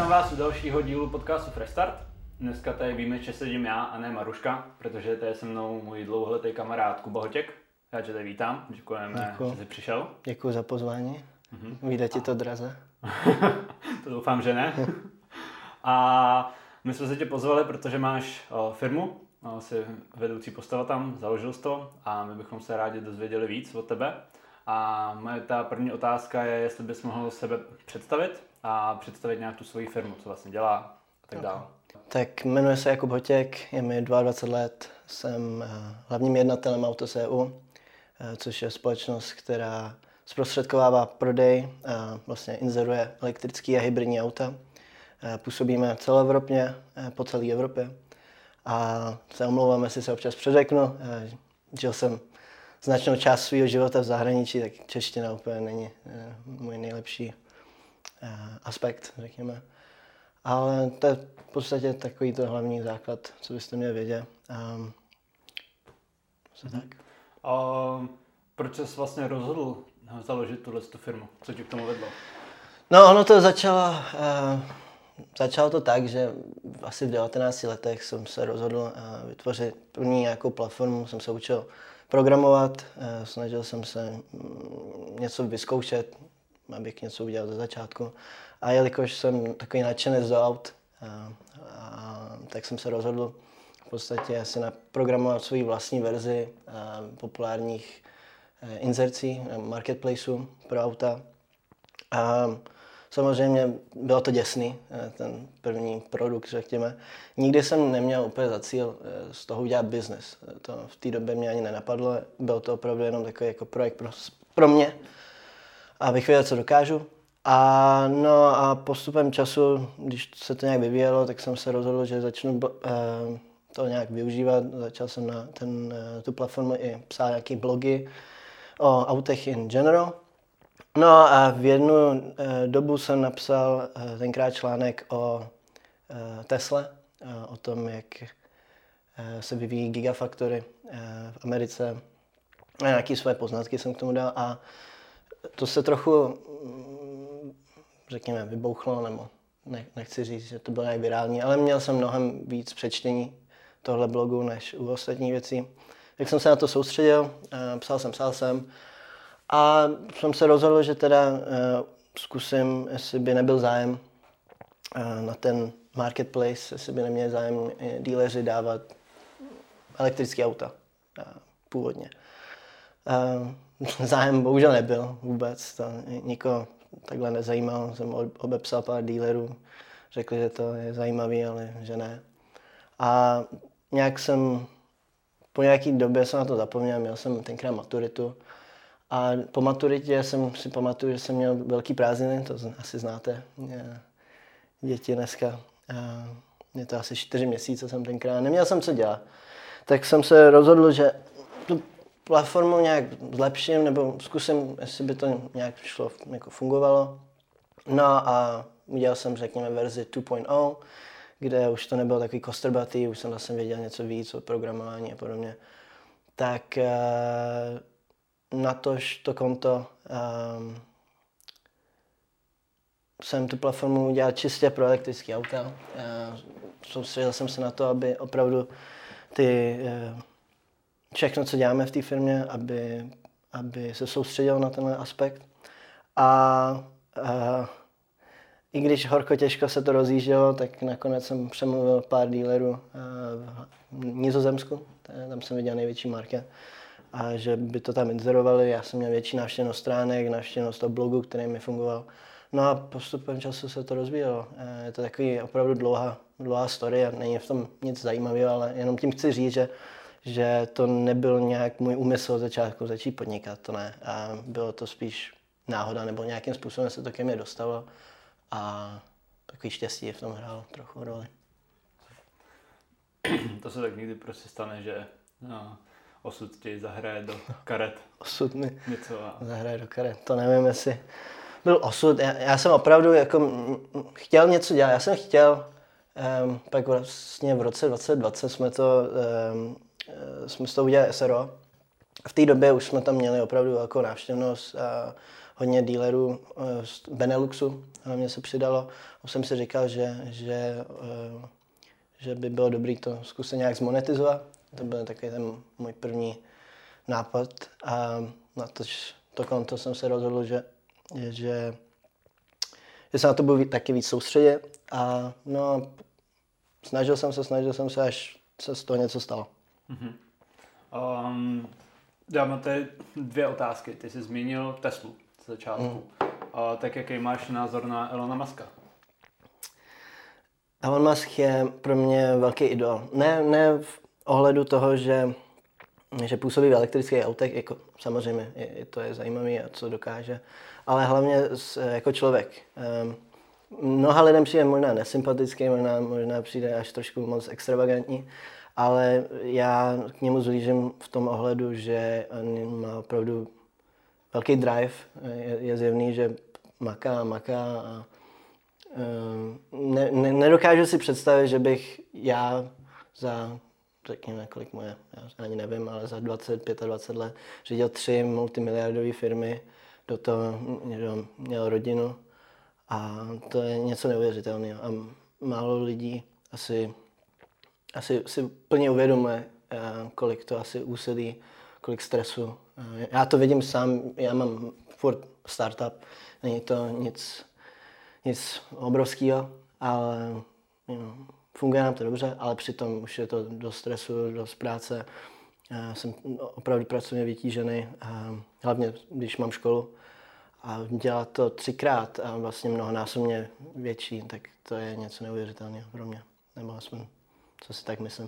Vítám vás u dalšího dílu podcastu Fresh Start. Dneska tady víme, že sedím já a ne Maruška, protože tady je se mnou můj dlouholetý kamarád Kuba Hotěk. Já tě tady vítám, děkujeme, že jsi přišel. Děkuji za pozvání. Vyjde ti to draze? To doufám, že ne. A my jsme se tě pozvali, protože máš firmu, jsi vedoucí postava tam, založil jsi to a my bychom se rádi dozvěděli víc od tebe. A moje ta první otázka je, jestli bys mohl sebe představit a představit nějak tu svoji firmu, co vlastně dělá a tak dále. Tak jmenuji se Jakub Hotěk, je mi 22 let, jsem hlavním jednatelem Autos EU, což je společnost, která zprostředkovává prodej a vlastně inzeruje elektrické a hybridní auta. Působíme celoevropně, po celé Evropě a se omlouvám, jestli se občas předřeknu. Žil jsem značnou část svého života v zahraničí, tak čeština úplně není můj nejlepší aspekt, řekněme. Ale to je v podstatě takový to hlavní základ, co byste měli vědět. Tak. Proč jsi vlastně rozhodl založit tu firmu? Co tě k tomu vedlo? No, ono to začalo to tak, že asi v 19 letech jsem se rozhodl vytvořit první nějakou platformu, jsem se učil programovat, snažil jsem se něco vyzkoušet, abych něco udělal ze začátku. A jelikož jsem takový nadšenec do aut, tak jsem se rozhodl v podstatě si naprogramovat svoji vlastní verzi populárních inzercí, marketplaceů pro auta. A samozřejmě bylo to děsný, ten první produkt, řekněme. Nikdy jsem neměl úplně za cíl z toho udělat business. To v té době mě ani nenapadlo. Byl to opravdu jenom takový jako projekt pro mě, abych věděl, co dokážu. A postupem času, když se to nějak vyvíjelo, tak jsem se rozhodl, že začnu to nějak využívat. Začal jsem na tu platformu i psát nějaké blogy o autech in general. No a v jednu dobu jsem napsal tenkrát článek o Tesle, o tom, jak se vyvíjí gigafactory v Americe. A nějaké své poznatky jsem k tomu dal a to se trochu, řekněme, vybouchlo, nebo nechci říct, že to bylo nějak virální, ale měl jsem mnohem víc přečtení tohle blogu než u ostatních věcí. Tak jsem se na to soustředil, psal jsem a jsem se rozhodl, že teda zkusím, jestli by nebyl zájem na ten marketplace, jestli by neměli zájem dealeři dávat elektrické auta původně. Zájem bohužel nebyl vůbec, to nikoho takhle nezajímalo, jsem obepsal pár dealerů, řekli, že to je zajímavý, ale že ne. A po nějaký době jsem na to zapomněl, měl jsem tenkrát maturitu a po maturitě jsem si pamatuju, že jsem měl velký prázdniny, to asi znáte, děti dneska, je to asi 4 měsíce jsem tenkrát, neměl jsem co dělat. Tak jsem se rozhodl, že tu platformu nějak zlepším, nebo zkusím, jestli by to nějak šlo, jako fungovalo. No a udělal jsem, řekněme, verzi 2.0, kde už to nebylo takový kostrbatý, už jsem zase věděl něco víc o programování a podobně. Tak na to konto jsem tu platformu udělal čistě pro elektrické auta. Soustředil jsem se na to, aby opravdu všechno, co děláme v té firmě, aby se soustředil na tenhle aspekt. A i když horko těžko se to rozjíždělo, tak nakonec jsem přemluvil pár dealerů v Nizozemsku, tam jsem viděl největší market, a že by to tam inzerovali. Já jsem měl větší návštěvnost stránek, návštěvnost toho blogu, který mi fungoval. No a postupem času se to rozvíjelo. Je to takový opravdu dlouhá story a není v tom nic zajímavého, ale jenom tím chci říct, že to nebyl nějak můj úmysl od začátku začít podnikat, to ne. A bylo to spíš náhoda, nebo nějakým způsobem se to ke mně dostalo a takový štěstí v tom hrálo trochu roli. To se tak někdy prostě stane, že osud tě zahraje do karet. Osud mi něco zahraje do karet, to nevím, jestli byl osud. Já jsem opravdu jako chtěl něco dělat, já jsem chtěl, pak vlastně v roce 2020 jsme to udělali SRO v té době už jsme tam měli opravdu velkou návštěvnost a hodně dealerů z Beneluxu hlavně se přidalo. Už jsem si říkal, že by bylo dobré to zkusit nějak zmonetizovat. To byl takový ten můj první nápad a na to konto jsem se rozhodl, že se na to budu taky víc soustředit a no, snažil jsem se, až se z toho něco stalo. Já mám tady 2 otázky. Ty jsi zmínil Teslu z začátku. Tak jaký máš názor na Elona Muska? Elon Musk je pro mě velký idol. Ne v ohledu toho, že působí v elektrických autech, jako samozřejmě to je zajímavý a co dokáže, ale hlavně jako člověk. Mnoha lidem přijde možná nesympatický, možná přijde až trošku moc extravagantní, ale já k němu zhlížím v tom ohledu, že on má opravdu velký drive. Je zjevný, že maká a nedokážu si představit, že bych já za, řekněme, kolik mu je, já ani nevím, ale za 25 let řídil 3 multimiliardové firmy, do toho měl rodinu a to je něco neuvěřitelného. A málo lidí asi si plně uvědomuje, kolik to asi úsilí, kolik stresu. Já to vidím sám, já mám furt startup, není to nic obrovského, ale funguje nám to dobře, ale přitom už je to dost stresu, dost práce. Jsem opravdu pracovně vytížený, hlavně když mám školu. A dělat to 3krát a vlastně mnohonásobně větší, tak to je něco neuvěřitelného pro mě. Nebo aspoň, co si tak myslím.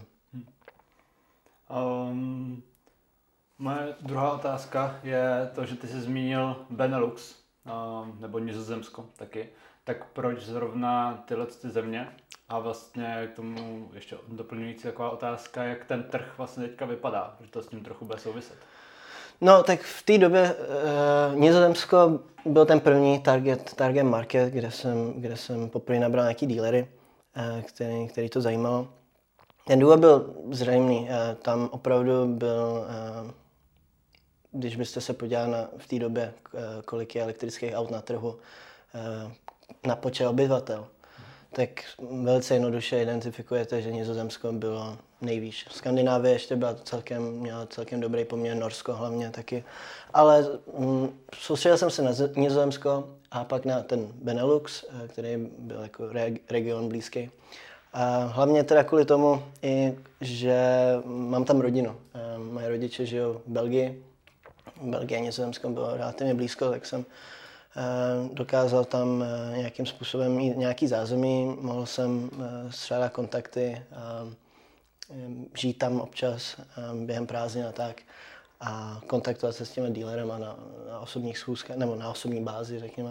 Moje druhá otázka je to, že ty jsi zmínil Benelux, nebo Nizozemsko taky. Tak proč zrovna tyhle ty země? A vlastně k tomu ještě doplňující taková otázka, jak ten trh vlastně teďka vypadá, protože to s tím trochu bude souviset. No, tak v té době Nizozemsko byl ten první target market, kde jsem poprvé nabral nějaký dealery, který to zajímalo. Ten důvod byl zřejmý. Tam opravdu byl, když byste se podívali v té době, kolik je elektrických aut na trhu, na počet obyvatel, tak velice jednoduše identifikujete, že Nizozemsko bylo nejvýš. Skandinávie ještě měla celkem dobrý poměr, Norsko hlavně taky. Ale soustředil jsem se na Nizozemsko a pak na ten Benelux, který byl jako region blízký. A hlavně teda kvůli tomu, že mám tam rodinu. Moje rodiče žijou v Belgii. Belgie a Nizozemsko bylo relativně blízko, tak jsem dokázal tam nějakým způsobem mít nějaký zázemí, mohl jsem střádat kontakty, žít tam občas během prázdnin a tak a kontaktovat se s těmi dealerama na osobních schůzkách nebo na osobní bázi, řekněme.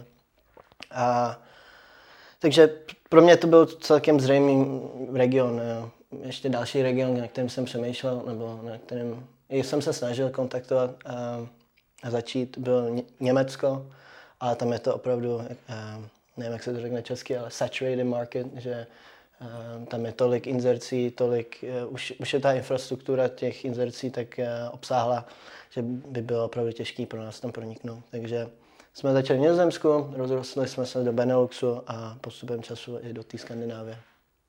Takže pro mě to byl celkem zřejmý region. Ještě další region, na kterém jsem přemýšlel, nebo na kterém jsem se snažil kontaktovat a začít, byl Německo. Ale tam je to opravdu, nevím, jak se to řekne česky, ale saturated market, že tam je tolik inzercí, už je ta infrastruktura těch inzercí tak obsáhla, že by bylo opravdu těžké pro nás tam proniknout. Takže jsme začali v Nizozemsku, rozrostli jsme se do Beneluxu a postupem času i do té Skandinávie.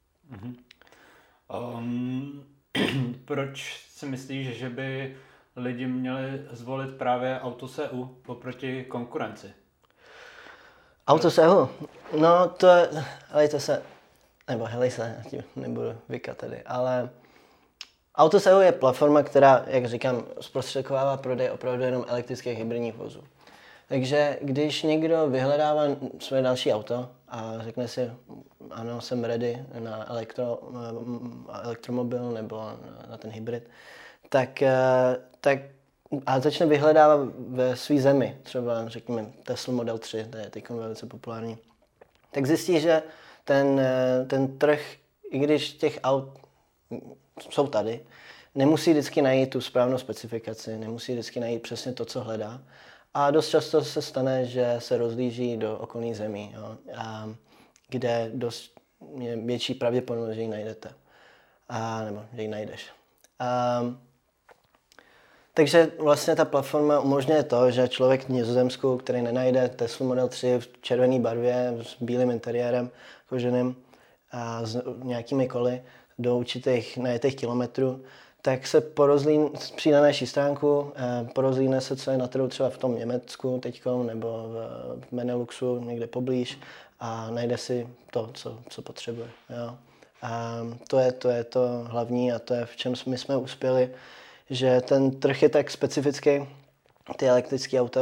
Proč si myslíš, že by lidi měli zvolit právě Autos.eu oproti konkurenci? Autos.eu? No to je, helej se, nebudu vykat tady, ale Autos.eu je platforma, která, jak říkám, zprostředkovává prodej opravdu jenom elektrických hybridních vozů. Takže když někdo vyhledává své další auto a řekne si, ano, jsem ready na elektromobil nebo na ten hybrid, tak a začne vyhledávat ve své zemi, třeba řekněme Tesla Model 3, to je teď velice populární, tak zjistí, že ten trh, i když těch aut jsou tady, nemusí vždycky najít tu správnou specifikaci, nemusí vždycky najít přesně to, co hledá. A dost často se stane, že se rozlíží do okolních zemí, kde dost je větší pravděpodobnost, že ji najdete, nebo že ji najdeš. Takže vlastně ta platforma umožňuje to, že člověk v Nizozemsku, který nenajde Tesla Model 3 v červené barvě s bílým interiérem koženým a s nějakými koly do určitých najetých kilometrů, tak se přijde na naši stránku, porozlíne se, co je na trhu třeba v tom Německu teďkom, nebo v Beneluxu, někde poblíž a najde si to, co potřebuje. Jo. A to je to hlavní a to je, v čem my jsme uspěli, že ten trh je tak specifický, ty elektrické auta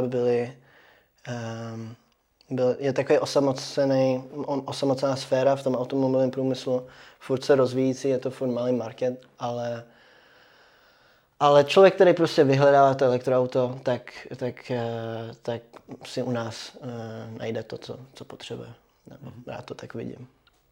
je takový osamocená sféra v tom automobilovém průmyslu, furt se rozvíjící, je to furt malý market, ale člověk, který prostě vyhledává to elektroauto, tak si u nás najde to, co potřebuje. Já to tak vidím.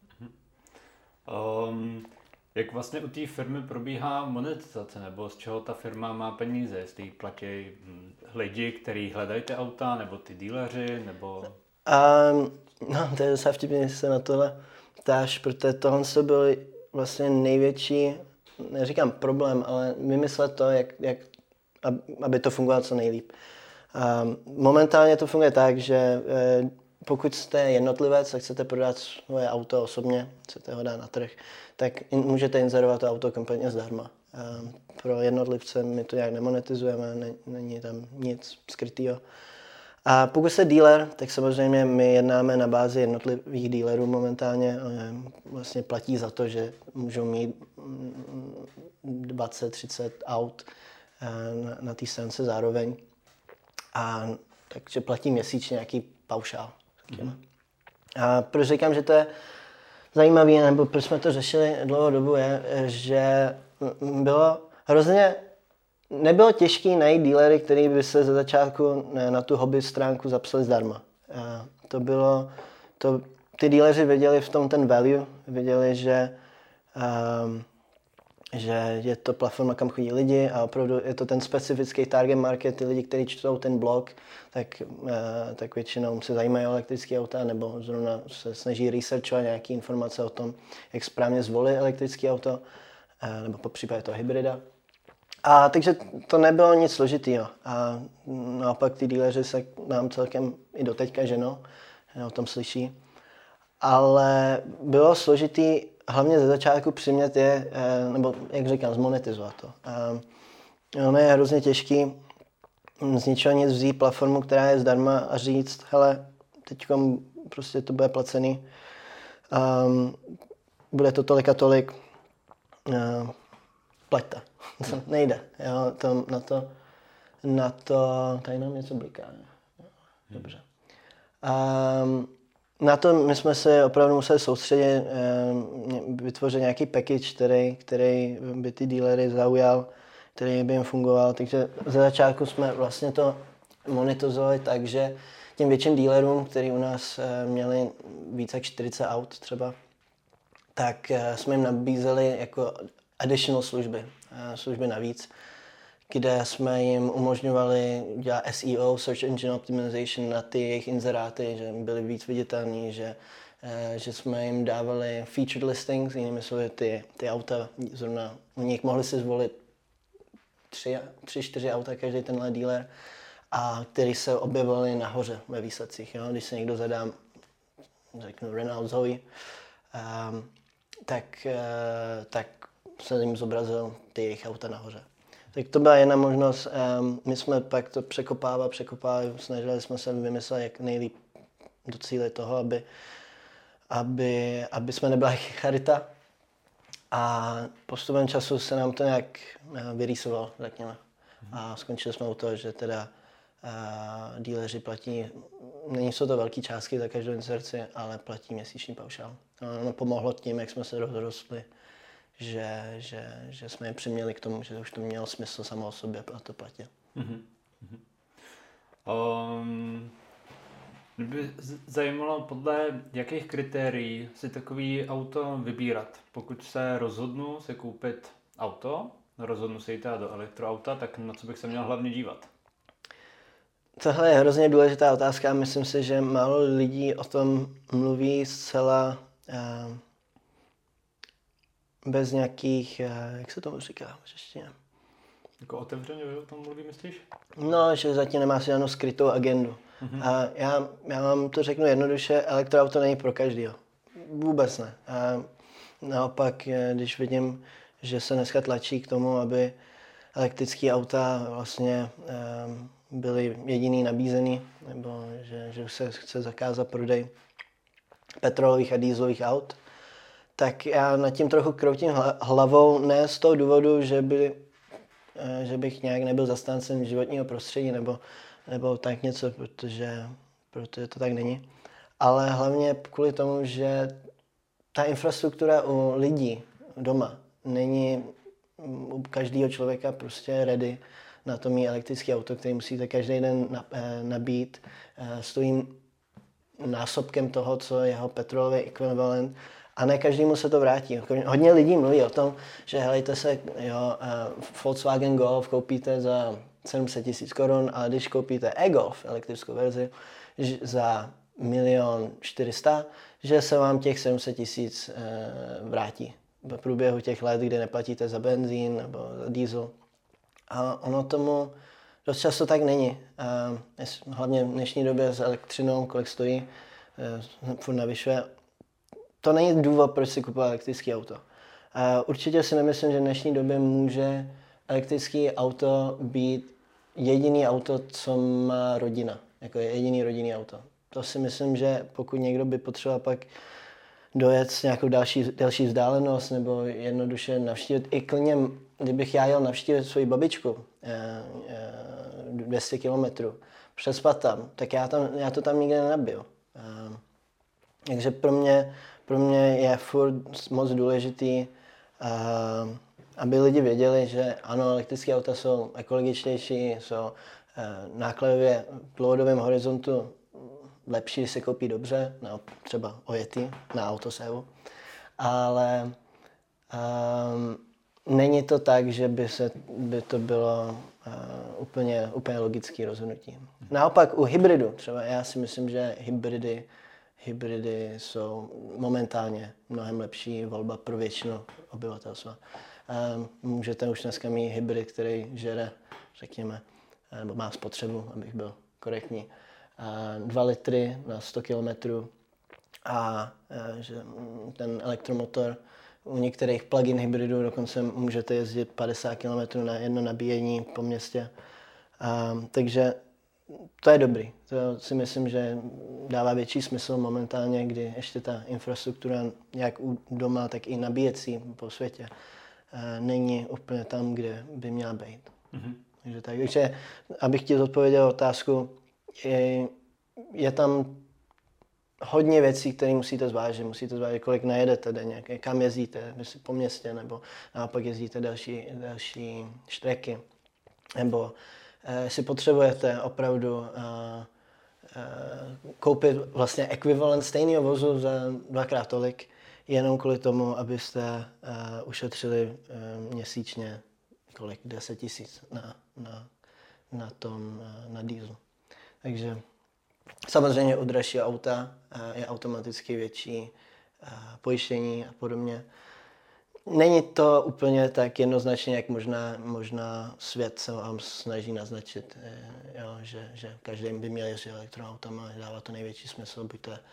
Jak vlastně u té firmy probíhá monetizace, nebo z čeho ta firma má peníze? Jestli platí lidi, kteří hledají ty auta, nebo ty dealeři, nebo... No, to je docela vtipně, se na tohle ptáš, protože tohle byl vlastně největší, neříkám problém, ale vymyslet to, aby to fungovalo co nejlíp. Momentálně to funguje tak, že pokud jste jednotlivec a chcete prodat svoje auto osobně, chcete ho dát na trh, tak můžete inzerovat to auto kompletně zdarma. Pro jednotlivce my to nějak nemonetizujeme, není tam nic skrytého. A pokud jste dealer, tak samozřejmě my jednáme na bázi jednotlivých dealerů momentálně. Vlastně platí za to, že můžou mít 20-30 aut na té stránce zároveň. Takže platí měsíčně nějaký paušál. A proč říkám, že to je zajímavé, nebo proč jsme to řešili dlouhou dobu, je, že nebylo těžké najít dealery, který by se ze začátku na tu hobby stránku zapsali zdarma. Ty dealeři viděli v tom ten value, viděli, že je to platforma, kam chodí lidi a opravdu je to ten specifický target market, ty lidi, kteří čtou ten blog, tak většinou se zajímají o elektrické auta nebo zrovna se snaží researchovat nějaké informace o tom, jak správně zvolit elektrické auto nebo po případě toho hybrida. Takže to nebylo nic složitého. A naopak ty dealeři se nám celkem i doteďka ženou, o tom slyší. Ale bylo složitý hlavně ze začátku přimět je, nebo jak říkám, zmonetizovat to. Ono je hrozně těžký z ničeho nic vzít platformu, která je zdarma a říct, hele, teďkom prostě to bude placený, bude to tolik a tolik, plaťte. To nejde. Jo, na to, tady nám něco bliká. Dobře. Na to my jsme se opravdu museli soustředit, vytvořit nějaký package, který by ty dealery zaujal, který by jim fungoval. Takže ze začátku jsme vlastně to monetizovali tak, že těm větším dealerům, kteří u nás měli více jak 40 aut třeba, tak jsme jim nabízeli jako additional služby navíc, kde jsme jim umožňovali dělat SEO, Search Engine Optimization, na ty jejich inzeráty, že byly víc viditelní, že jsme jim dávali featured listings, jinými slovy ty auta, zrovna u nich mohli si zvolit 3-4 auta každý tenhle dealer, a který se objevily nahoře ve výsledcích. Jo? Když se někdo zadá, řeknu Renault Zoe, tak se jim zobrazil ty jejich auta nahoře. Tak to byla jedna možnost. My jsme pak to překopávali, snažili jsme se vymyslet, jak nejlíp docílit toho, aby jsme nebyla charita. A postupem času se nám to nějak vyrýsovalo, řekněme. A skončili jsme u toho, že teda dealeři platí, nejsou to velké částky za každou inserci, ale platí měsíční paušál. Ono pomohlo tím, jak jsme se rozrostli, že jsme je přiměli k tomu, že už to mělo smysl samo o sobě a to platil. Mě by zajímalo, podle jakých kritérií si takový auto vybírat. Pokud se rozhodnu si koupit auto, rozhodnu se jít do elektroauta, tak na co bych se měl hlavně dívat? Tohle je hrozně důležitá otázka a myslím si, že málo lidí o tom mluví zcela bez nějakých, jak se tomu říká v češtině? Jako otevřeně o tom mluví, myslíš? No, že zatím nemá si žádnou skrytou agendu. A já vám to řeknu jednoduše, elektroauto není pro každýho. Vůbec ne. A naopak, když vidím, že se dneska tlačí k tomu, aby elektrické auta vlastně byly jediný nabízený, nebo že už se chce zakázat prodej petrolových a dieselových aut, tak já nad tím trochu kroutím hlavou, ne z toho důvodu, že bych nějak nebyl zastáncem životního prostředí nebo tak něco, protože to tak není. Ale hlavně kvůli tomu, že ta infrastruktura u lidí doma není u každého člověka prostě ready na to mít elektrické auto, který musíte každý den nabít. Stojí násobkem toho, co je jeho petrolový ekvivalent. A ne každému se to vrátí. Hodně lidí mluví o tom, že helejte se, Volkswagen Golf koupíte za 700 000 korun, ale když koupíte e-Golf, elektrickou verzi, za 1 400 000, že se vám těch 700 000 vrátí v průběhu těch let, kdy neplatíte za benzín nebo za diesel. A ono tomu dost často tak není. Hlavně v dnešní době s elektřinou, kolik stojí, furt navyšuje. To není důvod, proč si kupovat elektrické auto. Určitě si nemyslím, že v dnešní době může elektrické auto být jediný auto, co má rodina. Jako je jediný rodinný auto. To si myslím, že pokud někdo by potřeboval pak dojet nějakou další vzdálenost nebo jednoduše navštívit. I klidně, kdybych já jel navštívit svoji babičku 200 kilometrů, přespat tam, tak já to tam nikdy nenabiju. Takže pro mě je furt moc důležitý, aby lidi věděli, že ano, elektrické auta jsou ekologičtější, jsou nákladově v dlouhodobém horizontu lepší, když se koupí dobře, no, třeba ojetý na autosevu, ale není to tak, že by to bylo úplně logické rozhodnutí. Naopak u hybridu, třeba já si myslím, že hybridy jsou momentálně mnohem lepší volba pro většinu obyvatelstva. Můžete už dneska mít hybrid, který žere, řekněme, nebo má spotřebu, abych byl korektní, 2 litry na 100 km a že ten elektromotor u některých plug-in hybridů dokonce můžete jezdit 50 km na jedno nabíjení po městě. Takže to je dobrý. To si myslím, že dává větší smysl momentálně, kdy ještě ta infrastruktura jak u doma, tak i nabíjecí po světě není úplně tam, kde by měla být. Mm-hmm. Takže abych ti odpověděl otázku, je tam hodně věcí, které musíte zvážit. Musíte zvážit, kolik najedete denně, kam jezdíte, po městě, nebo naopak jezdíte další štreky. Nebo si potřebujete opravdu koupit vlastně ekvivalent stejného vozu za 2x tolik, jenom kvůli tomu, abyste ušetřili měsíčně 10 000 na diesel. Takže samozřejmě u dražšího auta je automaticky větší pojištění a podobně. Není to úplně tak jednoznačně, jak možná svět se vám snaží naznačit, že každý by měl jezdit elektroautama, dává to největší smysl,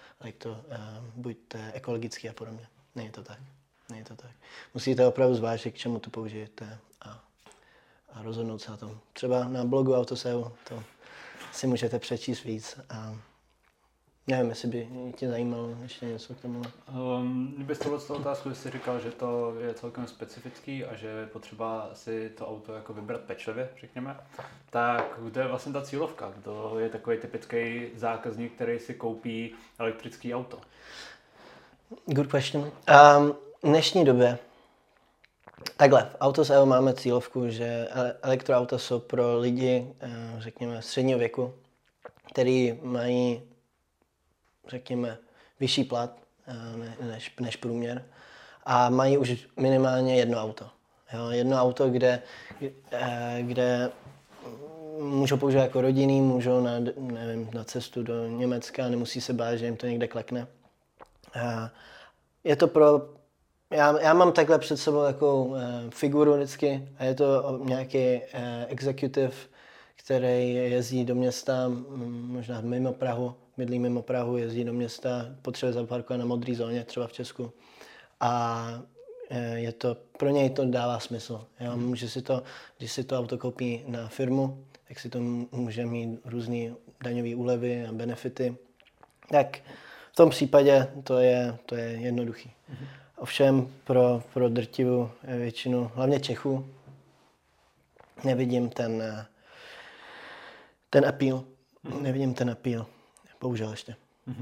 buďte ekologický a podobně. Není to tak. Musíte opravdu zvážit, k čemu to použijete a rozhodnout se na tom. Třeba na blogu Autosevu to si můžete přečíst víc. Nevím, jestli by tě zajímalo ještě něco k tomu. Kdyby z tohoto otázku jsi říkal, že to je celkem specifický a že je potřeba si to auto jako vybrat pečlivě, řekněme, tak kdo je vlastně ta cílovka? Kdo je takový typický zákazník, který si koupí elektrický auto? Good question. V dnešní době takhle, v Autoseo máme cílovku, že elektroauta jsou pro lidi, řekněme, středního věku, který mají, řekněme, vyšší plat než průměr a mají už minimálně jedno auto. Jedno auto, kde můžou používat jako rodinný, můžou na cestu do Německa, nemusí se bát, že jim to někde klekne. Je to pro Já mám takhle před sebou takovou figuru vždycky a je to nějaký executive, který jezdí do města, možná mimo Prahu, bydlí mimo Prahu, jezdí do města, potřebuje zaparkovat na modré zóně, třeba v Česku. A je to, pro něj to dává smysl. Jo? Může si to, když si to auto koupí na firmu, tak si to může mít různé daňové úlevy a benefity. Tak v tom případě to je jednoduchý. Ovšem pro drtivou většinu, hlavně Čechů, nevidím ten appeal. Nevidím ten appeal. Bohužel ještě.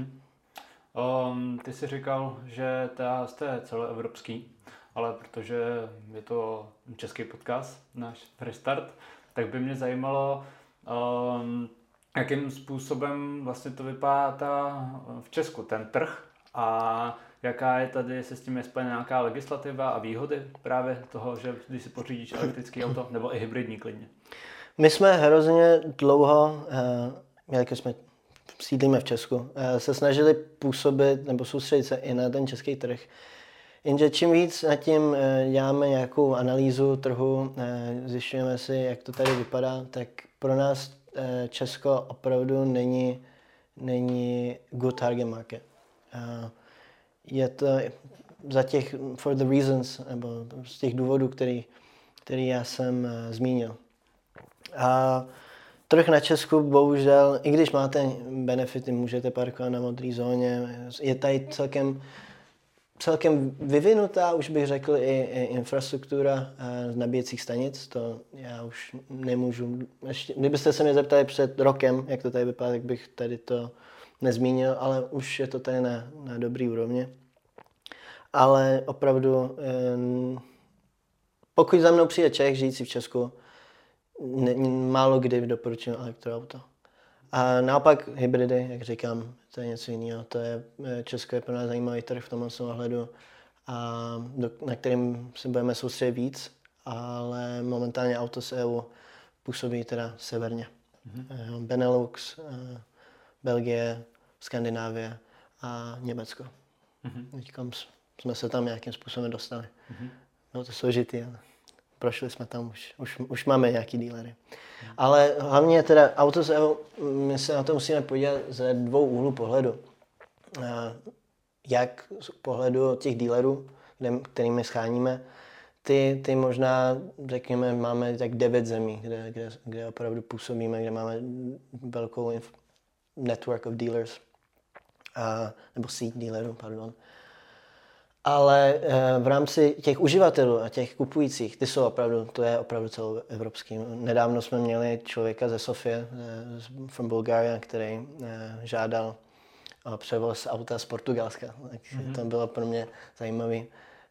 Ty jsi říkal, že jste celoevropský, ale protože je to český podcast, náš Restart, tak by mě zajímalo, jakým způsobem vlastně to vypadá v Česku, ten trh, a jaká je tady, se s tím je spojena nějaká legislativa a výhody právě toho, že když si pořídíš elektrický auto, nebo i hybridní klidně. My jsme hrozně dlouho, jelikož jsme sídlíme v Česku, se snažili působit nebo soustředit se i na ten český trh. Jenže čím víc nad tím děláme nějakou analýzu trhu, zjišťujeme si, jak to tady vypadá, tak pro nás Česko opravdu není good target market. Je to for the reasons, nebo z těch důvodů, který já jsem zmínil. A trh na Česku bohužel, i když máte benefity, můžete parkovat na modré zóně, je tady celkem vyvinutá, už bych řekl, i infrastruktura nabíjecích stanic. To já už nemůžu. Kdybyste se mě zeptali před rokem, jak to tady vypadá, tak bych tady to nezmínil, ale už je to tady na dobrý úrovni. Ale opravdu, pokud za mnou přijde Čech žijící v Česku, málo kdy doporučuji elektroauto. A naopak hybridy, jak říkám, to je něco jiného. Česko je pro nás zajímavý trh v tomhle ohledu, na kterým se budeme soustředit víc, ale momentálně auto z EU působí teda severně. Benelux, Belgie, Skandinávie a Německo. Teďkom jsme se tam nějakým způsobem dostali. Bylo to složitý, ale prošli jsme tam, už máme nějaký dílery. Ale hlavně teda auto z EU, my se na to musíme podívat ze dvou úhlů pohledu. Jak z pohledu těch dílerů, kterými scháníme, ty možná, řekněme, máme tak 9 zemí, kde opravdu působíme, kde máme velkou network of dealers, nebo síť dealerů, pardon. Ale v rámci těch uživatelů a těch kupujících, to je opravdu celoevropský. Nedávno jsme měli člověka ze Sofie, from Bulgaria, který žádal o převoz auta z Portugalska. Tak to bylo pro mě zajímavé.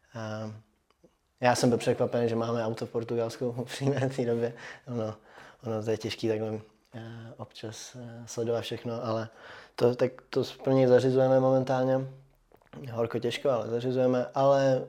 Já jsem byl překvapený, že máme auto v Portugalsku upřímně v té době. Ono to je těžké takhle občas sledovat všechno, ale to pro něj zařizujeme momentálně. Horko těžko, ale zařizujeme, ale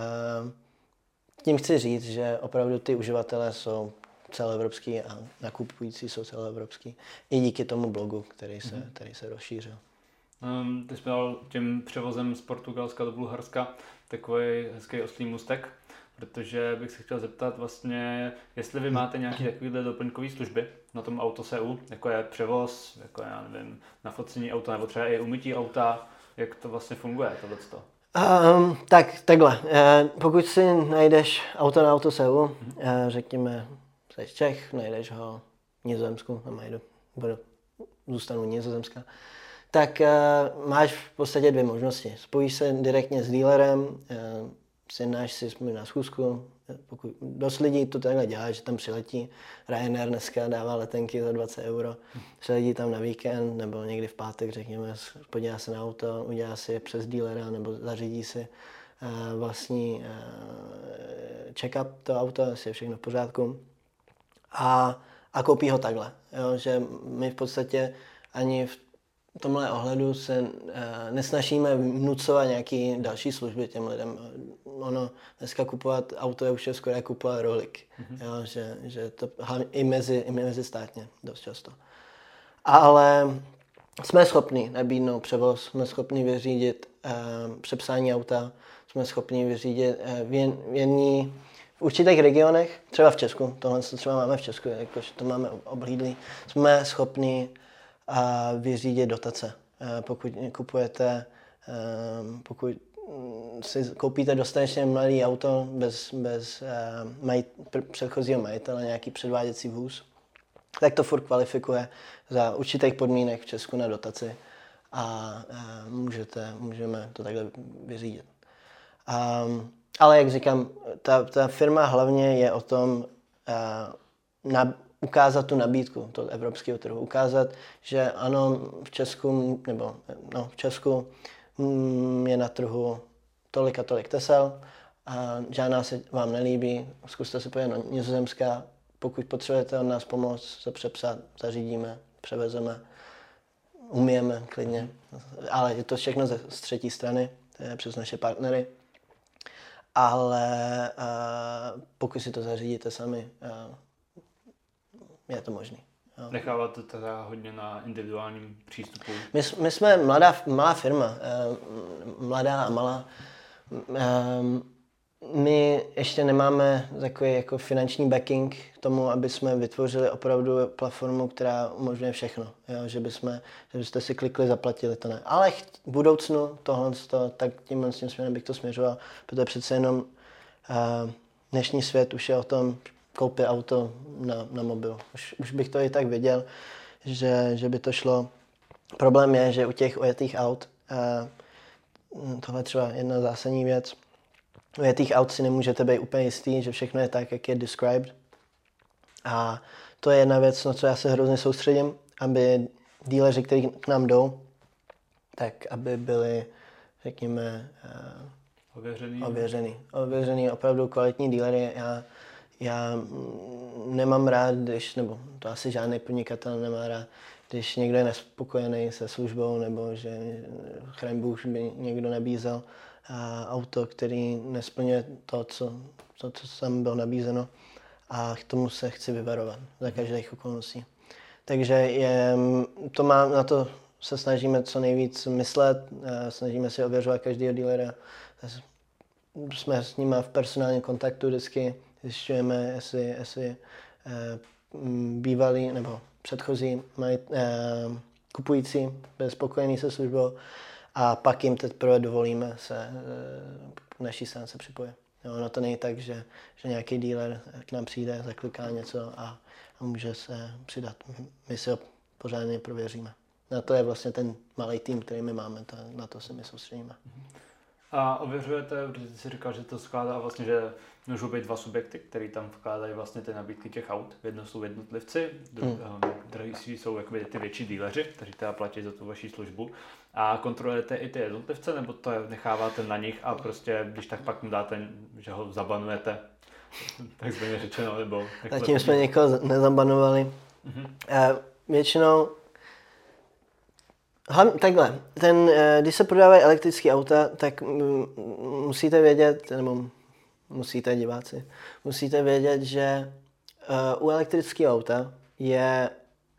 tím chci říct, že opravdu ty uživatelé jsou celoevropský a nakupující jsou celoevropský. I díky tomu blogu, který se rozšířil. Ty jsi měl tím převozem z Portugalska do Bulharska takový hezký oslý můstek, protože bych se chtěl zeptat vlastně, jestli vy máte nějaké takovéhle doplňkové služby na tom Auto.eu, jako je převoz, jako já nevím, nafocení auta, nebo třeba i umytí auta. Jak to vlastně funguje, tohleto? Takhle. Pokud si najdeš auto na Auto.eu, řekněme, jsi Čech, najdeš ho v Nizozemsku, zůstanu Nizozemska, tak máš v podstatě 2 možnosti. Spojíš se direktně s dealerem, sjednáš si na schůzku, pokud dost lidí to takhle dělá, že tam přiletí. Ryanair dneska dává letenky za 20 €, přiletí tam na víkend nebo někdy v pátek, řekněme, podívá se na auto, udělá si je přes dealera nebo zařídí si vlastní check-up to auto, jestli je všechno v pořádku a koupí ho takhle. Jo, že my v podstatě ani v tomhle ohledu se nesnažíme vnucovat nějaké další služby těm lidem. Ono dneska kupovat auto je už skoro jak kupovat rohlík. Jo, že to i mezi státně dost často. Ale jsme schopni nabídnout převoz, jsme schopni vyřídit přepsání auta, jsme schopni vyřídit v určitých regionech, třeba v Česku, tohle třeba máme v Česku, jakože to máme oblídlý, jsme schopni vyřídit dotace. Pokud kupujete, pokud si koupíte dostatečně mladý auto bez předchozího majitele, nějaký předváděcí vůz, tak to furt kvalifikuje za určitých podmínek v Česku na dotaci a můžeme to takhle vyřídit. Ale jak říkám, ta firma hlavně je o tom ukázat tu nabídku toho evropského trhu. Ukázat, že ano, v Česku je na trhu tolik a tolik Tesel a žádná se vám nelíbí, zkuste se podívat na Nizozemská. Pokud potřebujete od nás pomoc, se přepsat, zařídíme, převezeme, umíjeme klidně. Ale je to všechno z třetí strany, přes naše partnery. Ale pokud si to zařídíte sami, je to možný. Jo. Necháváte teda hodně na individuálním přístupu? My jsme malá firma, mladá a malá. My ještě nemáme takový jako finanční backing k tomu, aby jsme vytvořili opravdu platformu, která umožňuje všechno. Jo? Že byste si klikli, zaplatili, to ne. Ale v budoucnu tak tímhle s tím směrem bych to směřoval, protože přece jenom dnešní svět už je o tom koupit auto na mobil. Už bych to i tak věděl, že by to šlo. Problém je, že u těch ojetých aut, tohle je třeba jedna zásadní věc, u těch aut si nemůžete být úplně jistý, že všechno je tak, jak je described. A to je jedna věc, na co já se hrozně soustředím, aby díleři, kteří k nám jdou, tak aby byli, řekněme, ověřený, opravdu kvalitní dílery. Já nemám rád, nebo to asi žádný podnikatel nemá rád, když někdo je nespokojený se službou, nebo že chraň Bůh by někdo nabízel auto, který nesplňuje to, co tam bylo nabízeno, a k tomu se chci vyvarovat za každých okolností. Takže na to se snažíme co nejvíc myslet, snažíme se ověřovat každého dealera. Jsme s nimi v personálním kontaktu vždycky, zjišťujeme, jestli bývalí nebo předchozí kupující byli spokojení se službou, a pak jim teprve dovolíme se k naší stránce připojit. No to není tak, že nějaký dealer k nám přijde, zakliká něco a může se přidat. My si ho pořádně prověříme. Na to je vlastně ten malý tým, který my máme, na to se my soustředíme. A ověřujete, protože jsi říkal, že to skládá vlastně, že můžou být dva subjekty, který tam vkládají vlastně ty nabídky těch aut. Jedno jsou jednotlivci, druhý jsou jakoby ty větší díleři, kteří teda platí za tu vaši službu. A kontrolujete i ty jednotlivce, nebo to necháváte na nich a prostě, když tak pak mu dáte, že ho zabanujete, takzvaně řečeno, nebo... Zatím jsme někoho nezabanovali. Většinou takhle, když se prodávají elektrické auta, tak musíte vědět, nebo musíte diváci, musíte vědět, že u elektrického auta je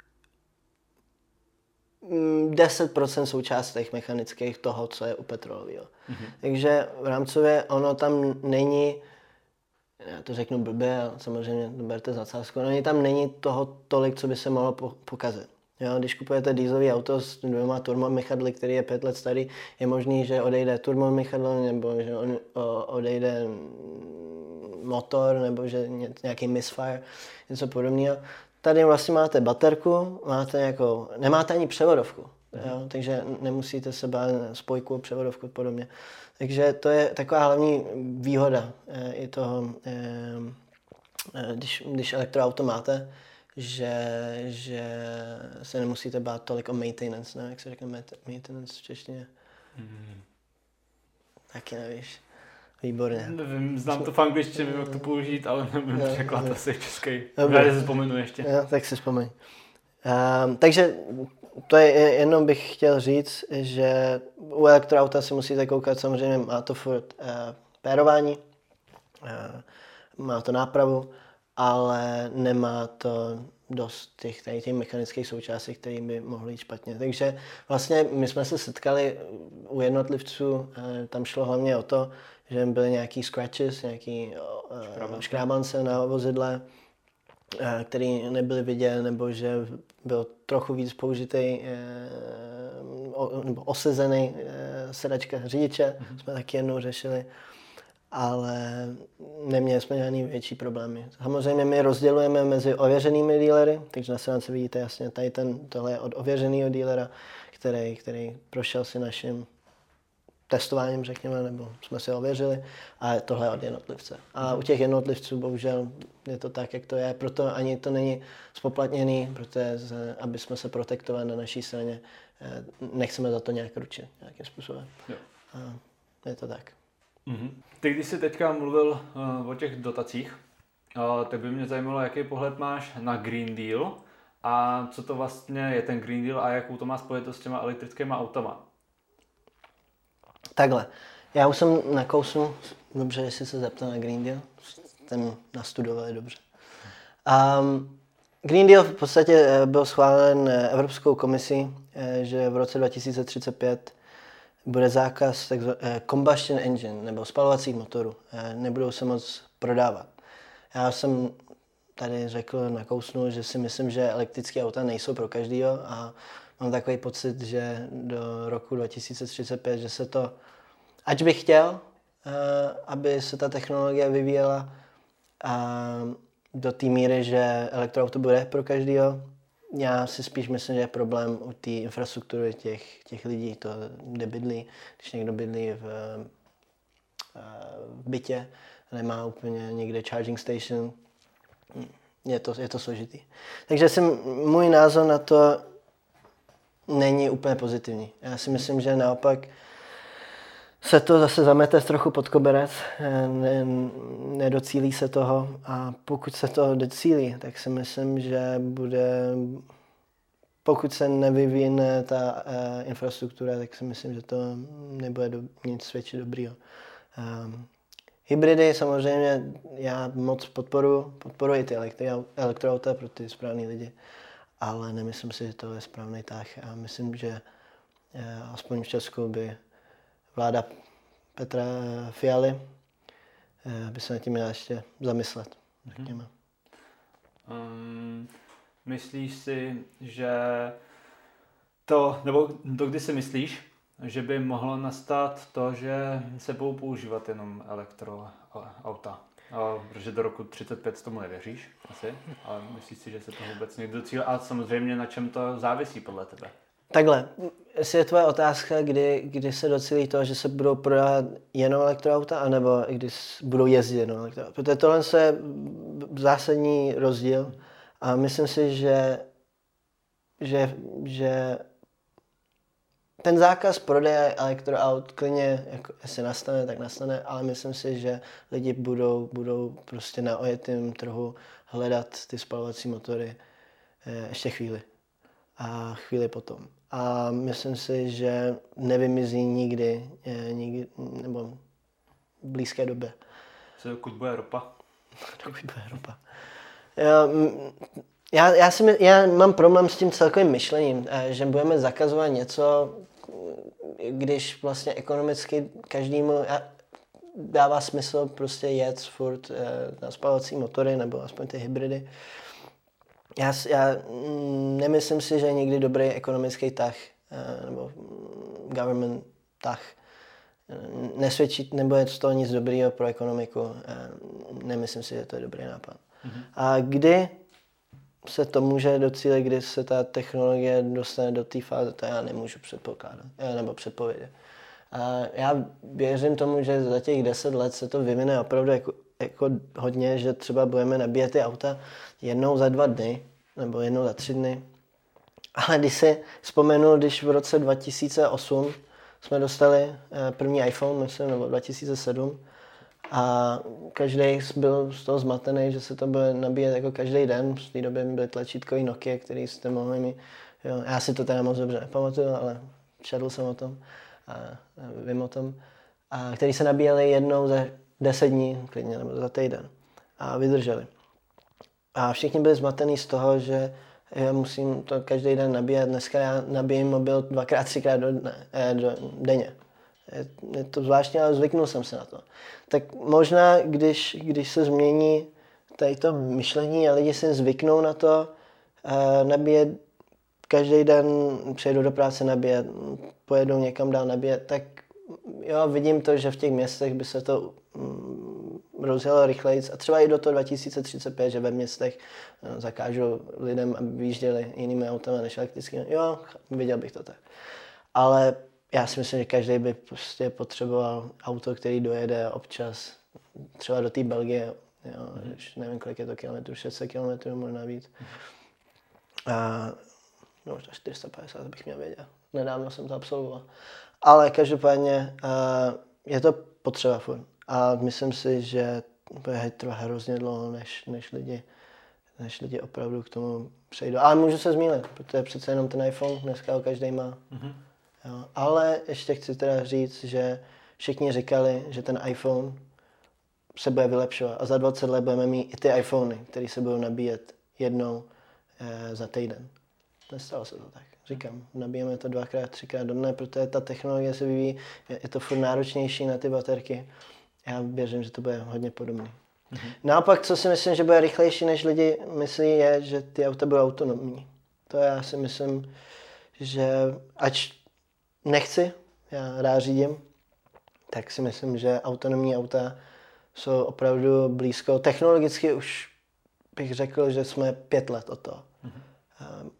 10% součástek mechanických toho, co je u petrolového. Takže v rámcově ono tam není, já to řeknu blbě, ale samozřejmě to berte s nadsázkou, tam není toho tolik, co by se mohlo pokazit. Jo, když kupujete dieselový auto s 2 turbomychadly, který je 5 let starý, je možný, že odejde turbomychadlo, nebo že odejde motor, nebo že nějaký misfire, něco podobného. Tady vlastně máte baterku, nemáte ani převodovku, jo, takže nemusíte se bát spojku a převodovku a podobně. Takže to je taková hlavní výhoda i toho, když elektroauto máte, že se nemusíte bát tolik o maintenance, ne? Jak se řekne maintenance v češtině? Taky nevíš. Výborně. Nevím, znám to v angličtině, nevím, jak to použít, ale nevím překlad asi český. Já si vzpomenu ještě. Jo, tak si vzpomeň. Takže to je, jenom bych chtěl říct, že u elektroauta si musíte koukat, samozřejmě má to furt pérování, má to nápravu, ale nemá to dost těch mechanických součástí, které by mohly jít špatně. Takže vlastně my jsme se setkali u jednotlivců, tam šlo hlavně o to, že byly nějaký scratches, nějaký škrábance na vozidle, který nebyly vidět, nebo že byl trochu víc použitý nebo osezený sedačka řidiče, jsme taky jednou řešili, ale neměli jsme žádný větší problémy. Samozřejmě my rozdělujeme mezi ověřenými dealery, takže na stránce vidíte jasně, tohle je od ověřeného dealera, který prošel si naším testováním, řekněme, nebo jsme si ověřili, a tohle je od jednotlivce. A u těch jednotlivců bohužel je to tak, jak to je, proto ani to není spoplatněný, protože aby jsme se protektovali na naší straně, nechceme za to nějak ručit nějakým způsobem. Jo. A je to tak. Ty, když jsi teďka mluvil o těch dotacích, tak by mě zajímalo, jaký pohled máš na Green Deal a co to vlastně je ten Green Deal a jakou to má spojitost s těma elektrickými autama. Takhle. Já už jsem nakousnul, dobře, jestli se zeptal na Green Deal, ten nastudovali dobře. Green Deal v podstatě byl schválen Evropskou komisí, že v roce 2035 bude zákaz combustion engine, nebo spalovacích motorů. Nebudou se moc prodávat. Já jsem tady řekl, nakousnul, že si myslím, že elektrické auta nejsou pro každýho a mám takový pocit, že do roku 2035, že se to, ač bych chtěl, aby se ta technologie vyvíjela do té míry, že elektroauto bude pro každýho, já si spíš myslím, že je problém u té infrastruktury těch lidí, to, kde bydlí. Když někdo bydlí v bytě, nemá úplně někde charging station, je to složitý. Takže můj názor na to není úplně pozitivní. Já si myslím, že naopak se to zase zamete trochu pod koberec, nedocílí se toho, a pokud se to docílí, tak si myslím, že pokud se nevyvine ta infrastruktura, tak si myslím, že to nebude nic svědčit dobrýho. Hybridy samozřejmě já moc podporuji ty elektroauta pro ty správný lidi, ale nemyslím si, že to je správný tah, a myslím, že aspoň v Česku by vláda Petra Fialy by se nad tím měla ještě zamyslet. Myslíš si, že nebo kdy si myslíš, že by mohlo nastat to, že se budou používat jenom elektroauta? Protože do roku 35 tomu nevěříš asi, ale myslíš si, že se toho vůbec někdy docílí? A samozřejmě na čem to závisí podle tebe? Takhle, jestli je tvoje otázka, kdy se docílí toho, že se budou prodávat jenom elektroauta, anebo kdy budou jezdit jenom elektroauta. Protože tohle je zásadní rozdíl a myslím si, že ten zákaz prodeje elektroaut klidně, jako jestli nastane, tak nastane, ale myslím si, že lidi budou prostě na ojetém trhu hledat ty spalovací motory ještě chvíli a chvíli potom. A myslím si, že nevymizí nikdy nebo v blízké době. Co dokud bude ropa? Dokud bude ropa. Já mám problém s tím celkovým myšlením, že budeme zakazovat něco, když vlastně ekonomicky každému dává smysl prostě jet furt na spalovací motory nebo aspoň ty hybridy. Já nemyslím si, že je někdy dobrý ekonomický tah nebo government tah. Nesvědčí, nebude z toho nic dobrýho pro ekonomiku. Nemyslím si, že to je dobrý nápad. A kdy se to může docílit, kdy se ta technologie dostane do té fáze, to já nemůžu předpokládat nebo předpovědět. A já věřím tomu, že za těch 10 let se to vyvine opravdu jako hodně, že třeba budeme nabíjet ty auta jednou za 2 dny nebo jednou za 3 dny. Ale když si vzpomenu, když v roce 2008 jsme dostali první iPhone, myslím, nebo 2007, a každý byl z toho zmatený, že se to bude nabíjet jako každý den. V té době byly tlačítkový Nokia, který jste mohli mít. Jo, já si to teda moc dobře nepamatuju, ale četl jsem o tom a vím o tom. A který se nabíjeli jednou za 10 dní, klidně, nebo za týden. A vydrželi. A všichni byli zmatený z toho, že já musím to každý den nabíjet. Dneska já nabíjím mobil 2x, 3x denně. Je to zvláštní, ale zvyknul jsem se na to. Tak možná, když se změní tady to myšlení a lidi si zvyknou na to nabíjet každý den, přijedou do práce nabíjet, pojedou někam dál nabíjet, tak jo, vidím to, že v těch městech by se to rozjelo rychleji a třeba i do toho 2035, že ve městech zakážou lidem, aby vyjížděli jinými autama než elektrickými. Jo, viděl bych to tak. Ale já si myslím, že každý by prostě potřeboval auto, který dojede občas třeba do té Belgie, jo, nevím, kolik je to kilometrů, 600 kilometrů, možná víc. No, 450 bych měl vědět. Nedávno jsem to absolvoval. Ale každopádně je to potřeba furt. A myslím si, že bude trvat hrozně dlouho, než lidi opravdu k tomu přejdou. Ale můžu se zmýlit, protože přece jenom ten iPhone dneska ho každý má. Mm-hmm. Jo. Ale ještě chci teda říct, že všichni říkali, že ten iPhone se bude vylepšovat. A za 20 let budeme mít i ty iPhony, které se budou nabíjet jednou za týden. Nestalo se to tak. Říkám, nabíjeme to 2x, 3x do dne, protože ta technologie se vyvíjí, je to furt náročnější na ty baterky. Já věřím, že to bude hodně podobný. Mm-hmm. Naopak, co si myslím, že bude rychlejší, než lidi myslí, je, že ty auta budou autonomní. To já si myslím, že ač nechci, já rád řídím, tak si myslím, že autonomní auta jsou opravdu blízko. Technologicky už bych řekl, že jsme 5 let od toho. Mm-hmm.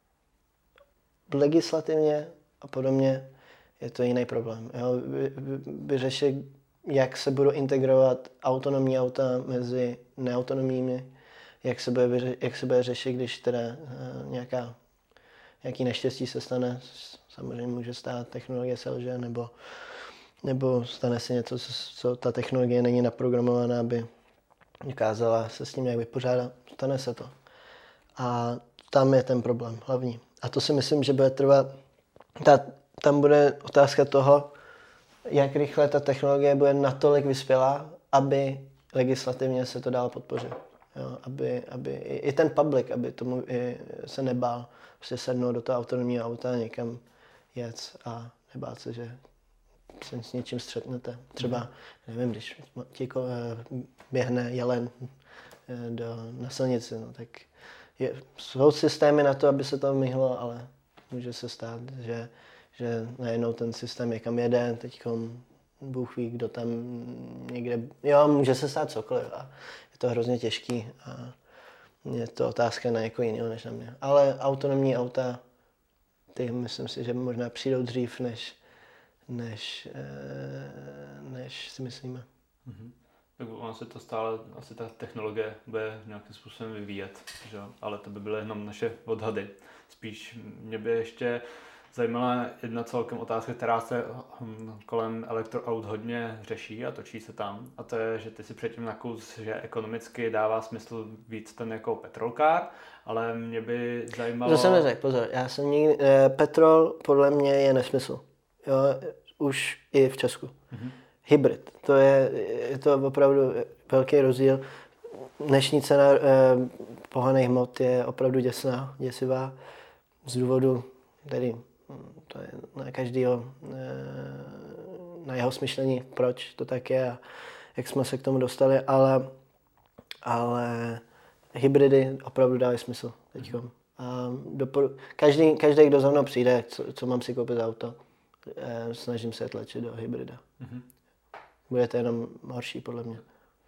Legislativně a podobně je to jiný problém. Vyřešit, jak se budou integrovat autonomní auta mezi neautonomními, jak se bude řešit, když teda nějaký neštěstí se stane. Samozřejmě může stát, technologie selže, nebo stane se něco, co ta technologie není naprogramovaná, aby dokázala se s tím nějak vypořádat. Stane se to. A tam je ten problém hlavní. A to si myslím, že bude trvat, tam bude otázka toho, jak rychle ta technologie bude natolik vyspělá, aby legislativně se to dalo podpořit. Jo, aby i ten public, aby tomu se nebál prostě sednout do toho autonomního auta, někam jet a nebát se, že se s něčím střetnete. Třeba, nevím, když běhne jelen na silnici, no, tak jsou systémy na to, aby se to myhlo, ale může se stát, že najednou ten systém někam jede, teďkom Bůh ví, kdo tam někde, jo, může se stát cokoliv a je to hrozně těžký a je to otázka na někoho jiného než na mě. Ale autonomní auta, ty myslím si, že možná přijdou dřív, než si myslíme. Mm-hmm. Tak ono se to stále, asi ta technologie bude nějakým způsobem vyvíjet, že? Ale to by byly jenom naše odhady. Spíš mě by ještě zajímala jedna celkem otázka, která se kolem elektroaut hodně řeší a točí se tam. A to je, že ty si předtím nakus, že ekonomicky dává smysl víc ten jako petrolkár, ale mě by zajímalo... To jsem neřekl, pozor, já jsem nikdy... Petrol podle mě je nesmysl. Jo, už i v Česku. Mm-hmm. Hybrid, to je to opravdu velký rozdíl. Dnešní cena pohonných hmot je opravdu děsivá z důvodu, tedy to je na každého, na jeho smyšlení, proč to tak je a jak jsme se k tomu dostali, ale hybridy opravdu dávají smysl teďko. A každý, kdo za mnou přijde, co mám si koupit auto, snažím se tlačit do hybrida. Mm-hmm. Bude to jenom horší, podle mě.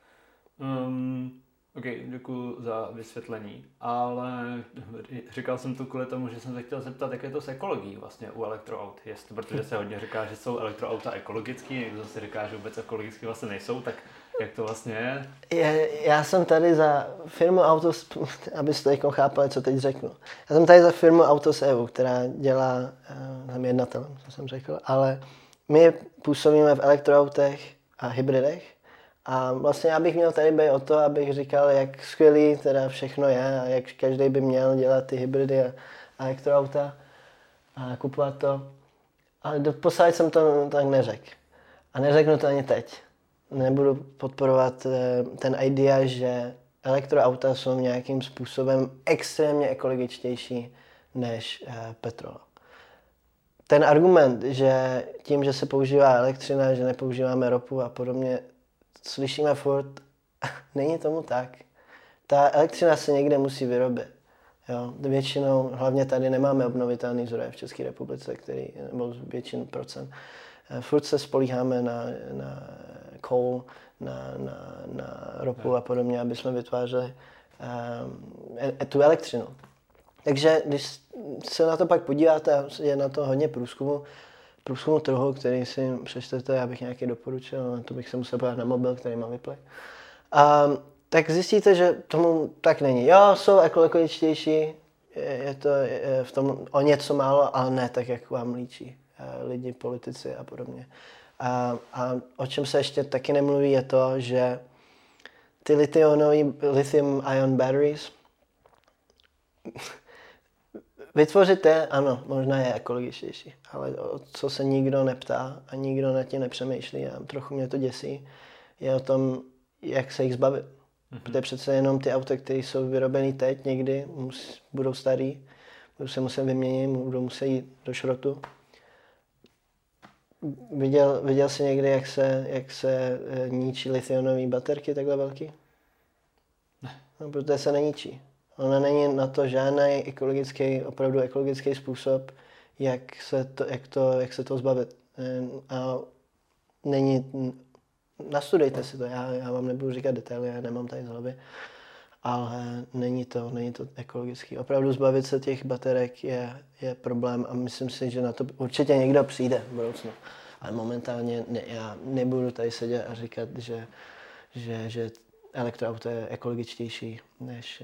OK, děkuji za vysvětlení, ale říkal jsem to kvůli tomu, že jsem se chtěl zeptat, jak je to s ekologií vlastně u elektroaut. Protože se hodně říká, že jsou elektroauta ekologický, někdo zase říká, že vůbec ekologicky vlastně nejsou, tak jak to vlastně je? Já jsem tady za firmu Autos, abyste teď chápali, co teď řeknu. Já jsem tady za firmu Autos EU, která dělá, jsem jednatelem, co jsem řekl, ale my působíme v elektroautech a hybridech. A vlastně já bych měl tady být o to, abych říkal, jak skvělý teda všechno je a jak každý by měl dělat ty hybridy a elektroauta a kupovat to. Ale doposud jsem to tak neřekl. A neřeknu to ani teď. Nebudu podporovat ten idea, že elektroauta jsou nějakým způsobem extrémně ekologičtější než petrol. Ten argument, že tím, že se používá elektřina, že nepoužíváme ropu a podobně, slyšíme furt, není tomu tak. Ta elektřina se někde musí vyrobit. Jo? Většinou, hlavně tady nemáme obnovitelný zdroje v České republice, nebo většinu procent. Furt se spolíháme na coal, na ropu a podobně, aby jsme vytvářeli tu elektřinu. Takže když se na to pak podíváte, je na to hodně průzkumu trhu, který si přečtete, já bych nějaký doporučil, to bych se musel podívat na mobil, který mám vyplay. Tak zjistíte, že tomu tak není. Jo, jsou ekologičtější, je to v tom o něco málo, ale ne tak, jak vám líčí lidi, politici a podobně. A o čem se ještě taky nemluví, je to, že ty lithium-ion batteries vytvořit ano, možná je ekologičtější, ale o co se nikdo neptá a nikdo nad tím nepřemýšlí a trochu mě to děsí, je o tom, jak se jich zbavit. Protože přece jenom ty auta, které jsou vyrobeny teď někdy, budou starý, budou se muset vyměnit, budou muset jít do šrotu. Viděl jsi někdy, jak se ničí lithiumové baterky takhle velký? Ne. No, protože se neníčí. Ona není na to žádný opravdu ekologický způsob, jak se to zbavit. A nastudujte si to, já vám nebudu říkat detaily, já nemám tady z hlavy, ale není to ekologický. Opravdu zbavit se těch baterek je problém a myslím si, že na to určitě někdo přijde v budoucnu. Ale momentálně já nebudu tady sedět a říkat, že elektroauto je ekologičtější než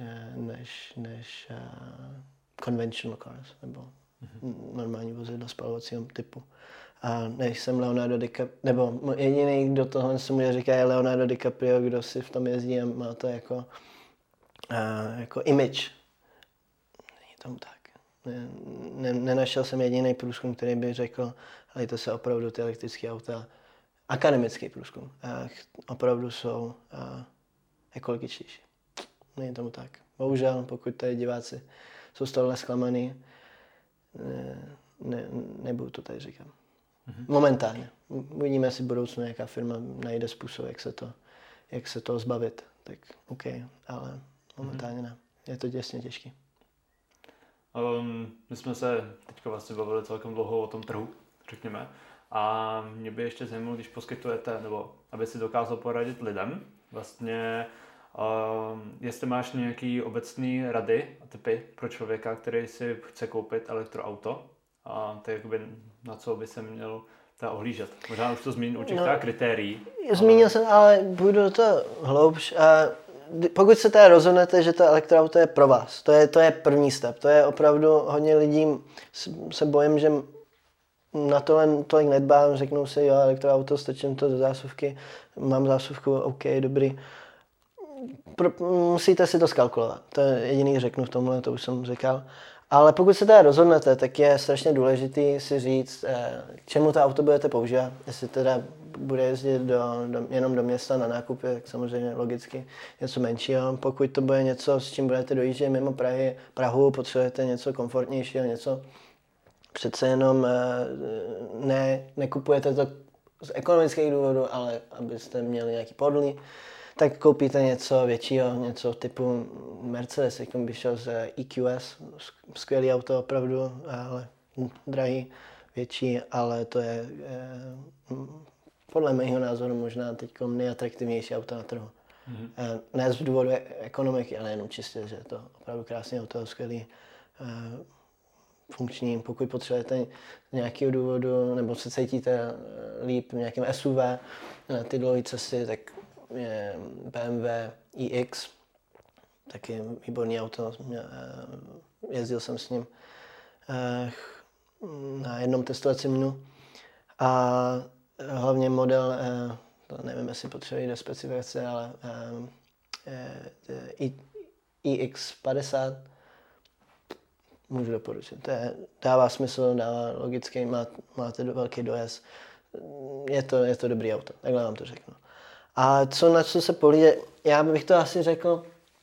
conventional cars nebo normální vozidla spalovacího typu. A nejsem Leonardo DiCaprio, nebo jediný, kdo tohle se může říkat, je Leonardo DiCaprio, kdo si v tom jezdí a má to jako image. Není tomu tak. Nenašel jsem jediný průzkum, který by řekl, hejte se opravdu ty elektrické auta, akademický průzkum, opravdu jsou ekologičtější. Není tomu tak. Bohužel, pokud tady diváci jsou z tohohle zklamaný, nebudu to tady říkat. Momentálně. Uvidíme, jestli v budoucnu nějaká firma najde způsob, jak se toho zbavit. Tak OK, ale momentálně ne. Je to děsně těžký. My jsme se teďka vlastně bavili celkem dlouho o tom trhu, řekněme. A mě by ještě zajímalo, když poskytujete, nebo aby si dokázal poradit lidem, vlastně jestli máš nějaký obecný rady a tipy pro člověka, který si chce koupit elektroauto, a tak jakoby na co by se měl ohlížet. Možná už to zmínil určitě kritérií. Zmínil jsem, ale budu do toho hloubš. Pokud se teda rozhodnete, že to elektroauto je pro vás, to je první step. To je opravdu hodně lidí, se bojím, že na to tolik nedbám, řeknou si, jo, elektroauto, stačím to do zásuvky, mám zásuvku, OK, dobrý. Musíte si to zkalkulovat. To je jediný řeknu v tomhle, to už jsem říkal. Ale pokud se teda rozhodnete, tak je strašně důležitý si říct, k čemu to auto budete používat. Jestli teda bude jezdit jenom do města na nákupy, tak samozřejmě logicky něco menšího. Pokud to bude něco, s čím budete dojíždět mimo Prahu, potřebujete něco komfortnějšího, něco přece jenom nekupujete to z ekonomických důvodů, ale abyste měli nějaký pohodlný, tak koupíte něco většího, něco typu Mercedes, jak by šel z EQS, skvělý auto opravdu, ale drahý, větší, ale to je podle mého názoru možná teď nejatraktivnější auto na trhu. Ne z důvodu ekonomiky, ale jenom čistě, že je to opravdu krásný auto, skvělý, funkční. Pokud potřebujete z nějakého důvodu, nebo se cítíte líp v nějakém SUV na ty dlouhé cesty, tak je BMW iX, taky výborný auto, jezdil jsem s ním na jednom testovacím dnu a hlavně model, to nevím, jestli potřebuji do specifikace, ale iX50 můžu doporučit. Dává smysl, dává logický, máte velký dojezd, je to dobrý auto, takhle vám to řeknu. A na co se pohlíže, já bych to asi řekl,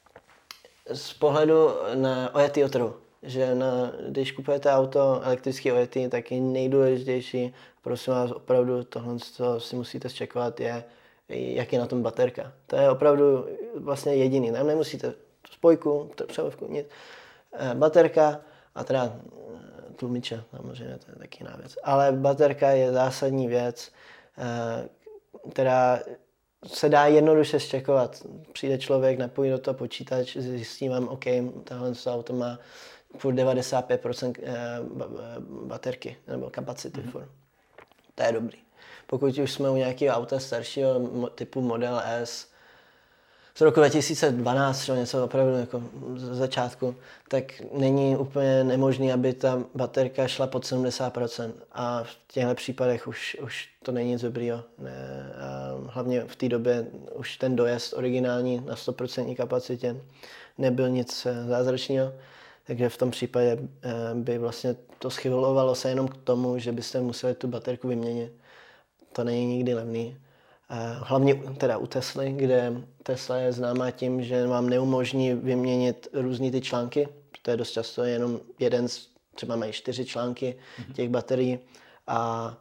z pohledu na ojetýho trhu, že když kupujete auto elektrický ojetý, tak je nejdůležitější, prosím vás, opravdu tohle, co si musíte zčekovat, je, jak je na tom baterka. To je opravdu vlastně jediný. Tam nemusíte spojku, převodovku, nic. Baterka a teda tlumiče, samozřejmě, to je taky jiná věc. Ale baterka je zásadní věc, která se dá jednoduše zčekovat. Přijde člověk, napojí do toho počítač, zjistí vám, OK, tohle auto má furt 95% baterky, nebo kapacity furt. To je dobrý. Pokud už jsme u nějakého auta staršího typu Model S z roku 2012, třeba něco opravdu jako z začátku, tak není úplně nemožný, aby ta baterka šla pod 70%. A v těchto případech už to není nic dobrýho. Hlavně v té době už ten dojezd originální na 100% kapacitě nebyl nic zázračného. Takže v tom případě by vlastně to schylovalo se jenom k tomu, že byste museli tu baterku vyměnit. To není nikdy levný. Hlavně teda u Tesly, kde Tesla je známá tím, že vám neumožní vyměnit různý ty články. To je dost často jenom jeden, třeba mají 4 články těch baterií a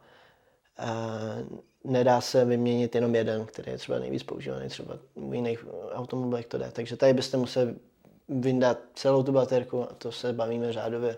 nedá se vyměnit jenom jeden, který je třeba nejvíc používaný, třeba u jiných automobilech to jde. Takže tady byste museli vyndat celou tu baterku a to se bavíme řádově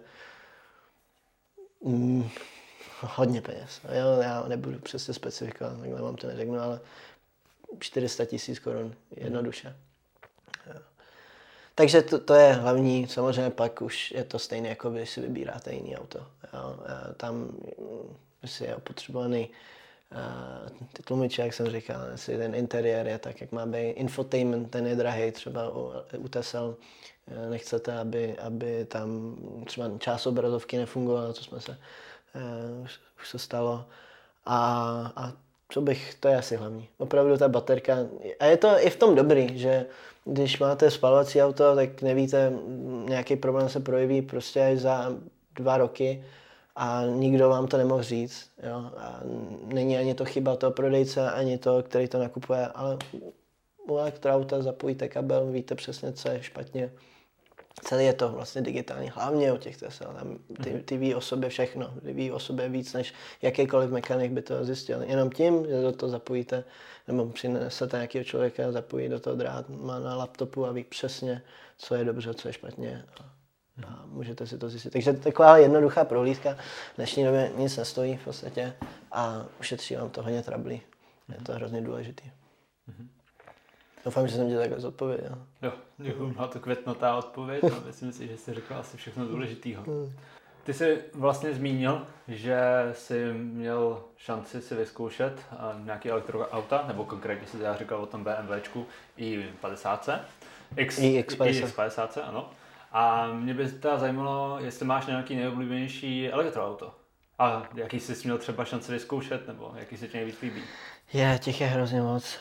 hodně peněz. Jo, já nebudu přesně specifikovat, takhle vám to neřeknu, ale 400 000 korun jednoduše. Jo. Takže to je hlavní, samozřejmě pak už je to stejné, jako když si vybíráte jiný auto. Jo. Tam si je opotřebovaný ty tlumiče, jak jsem říkal, jestli ten interiér je tak, jak má být. Infotainment, ten je drahý, třeba u Tesel. Nechcete, aby tam třeba část obrazovky nefungovala, co jsme se už se stalo. A to je asi hlavní. Opravdu ta baterka, a je to i v tom dobrý, že když máte spalovací auto, tak nevíte, nějaký problém se projeví prostě až za 2 roky a nikdo vám to nemohl říct. Jo? A není ani to chyba toho prodejce, ani to, který to nakupuje, ale u elektroauta zapojíte kabel, víte přesně, co je špatně. Celý je to vlastně digitální, hlavně u těch Tesel. Ty ví o sobě všechno, ty ví o sobě víc, než jakýkoliv mechanik by to zjistil. Jenom tím, že do toho zapojíte, nebo přinesete nějakého člověka, zapojí do toho drát, má na laptopu a ví přesně, co je dobře, co je špatně. A můžete si to zjistit. Takže taková jednoduchá prohlídka v dnešní době nic nestojí v podstatě a ušetří vám to hodně trablí. Je to hrozně důležitý. Doufám, že jsem tě takhle zodpověděl. Jo, děkuji, byla to květnatá odpověď, ale myslím si, že jsi řekl asi všechno důležitého. Ty jsi vlastně zmínil, že jsi měl šanci si vyzkoušet nějaký elektroauta, nebo konkrétně si já říkal o tom BMWčku i50, X50, ano. A mě by teda zajímalo, jestli máš nějaký nejoblíbenější elektroauto. A jaký jsi měl třeba šanci vyzkoušet, nebo jaký se tě nejvíc líbí? Těch je hrozně moc.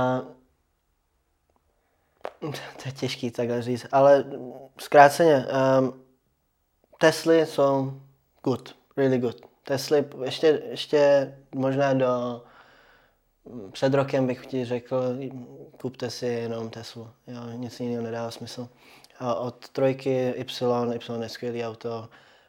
To je těžký takhle říct, ale zkráceně, Tesly jsou good, really good. Tesly ještě možná před rokem bych ti řekl, kupte si jenom Teslu, jo, nic jiného nedává smysl. A od trojky Y je skvělý auto,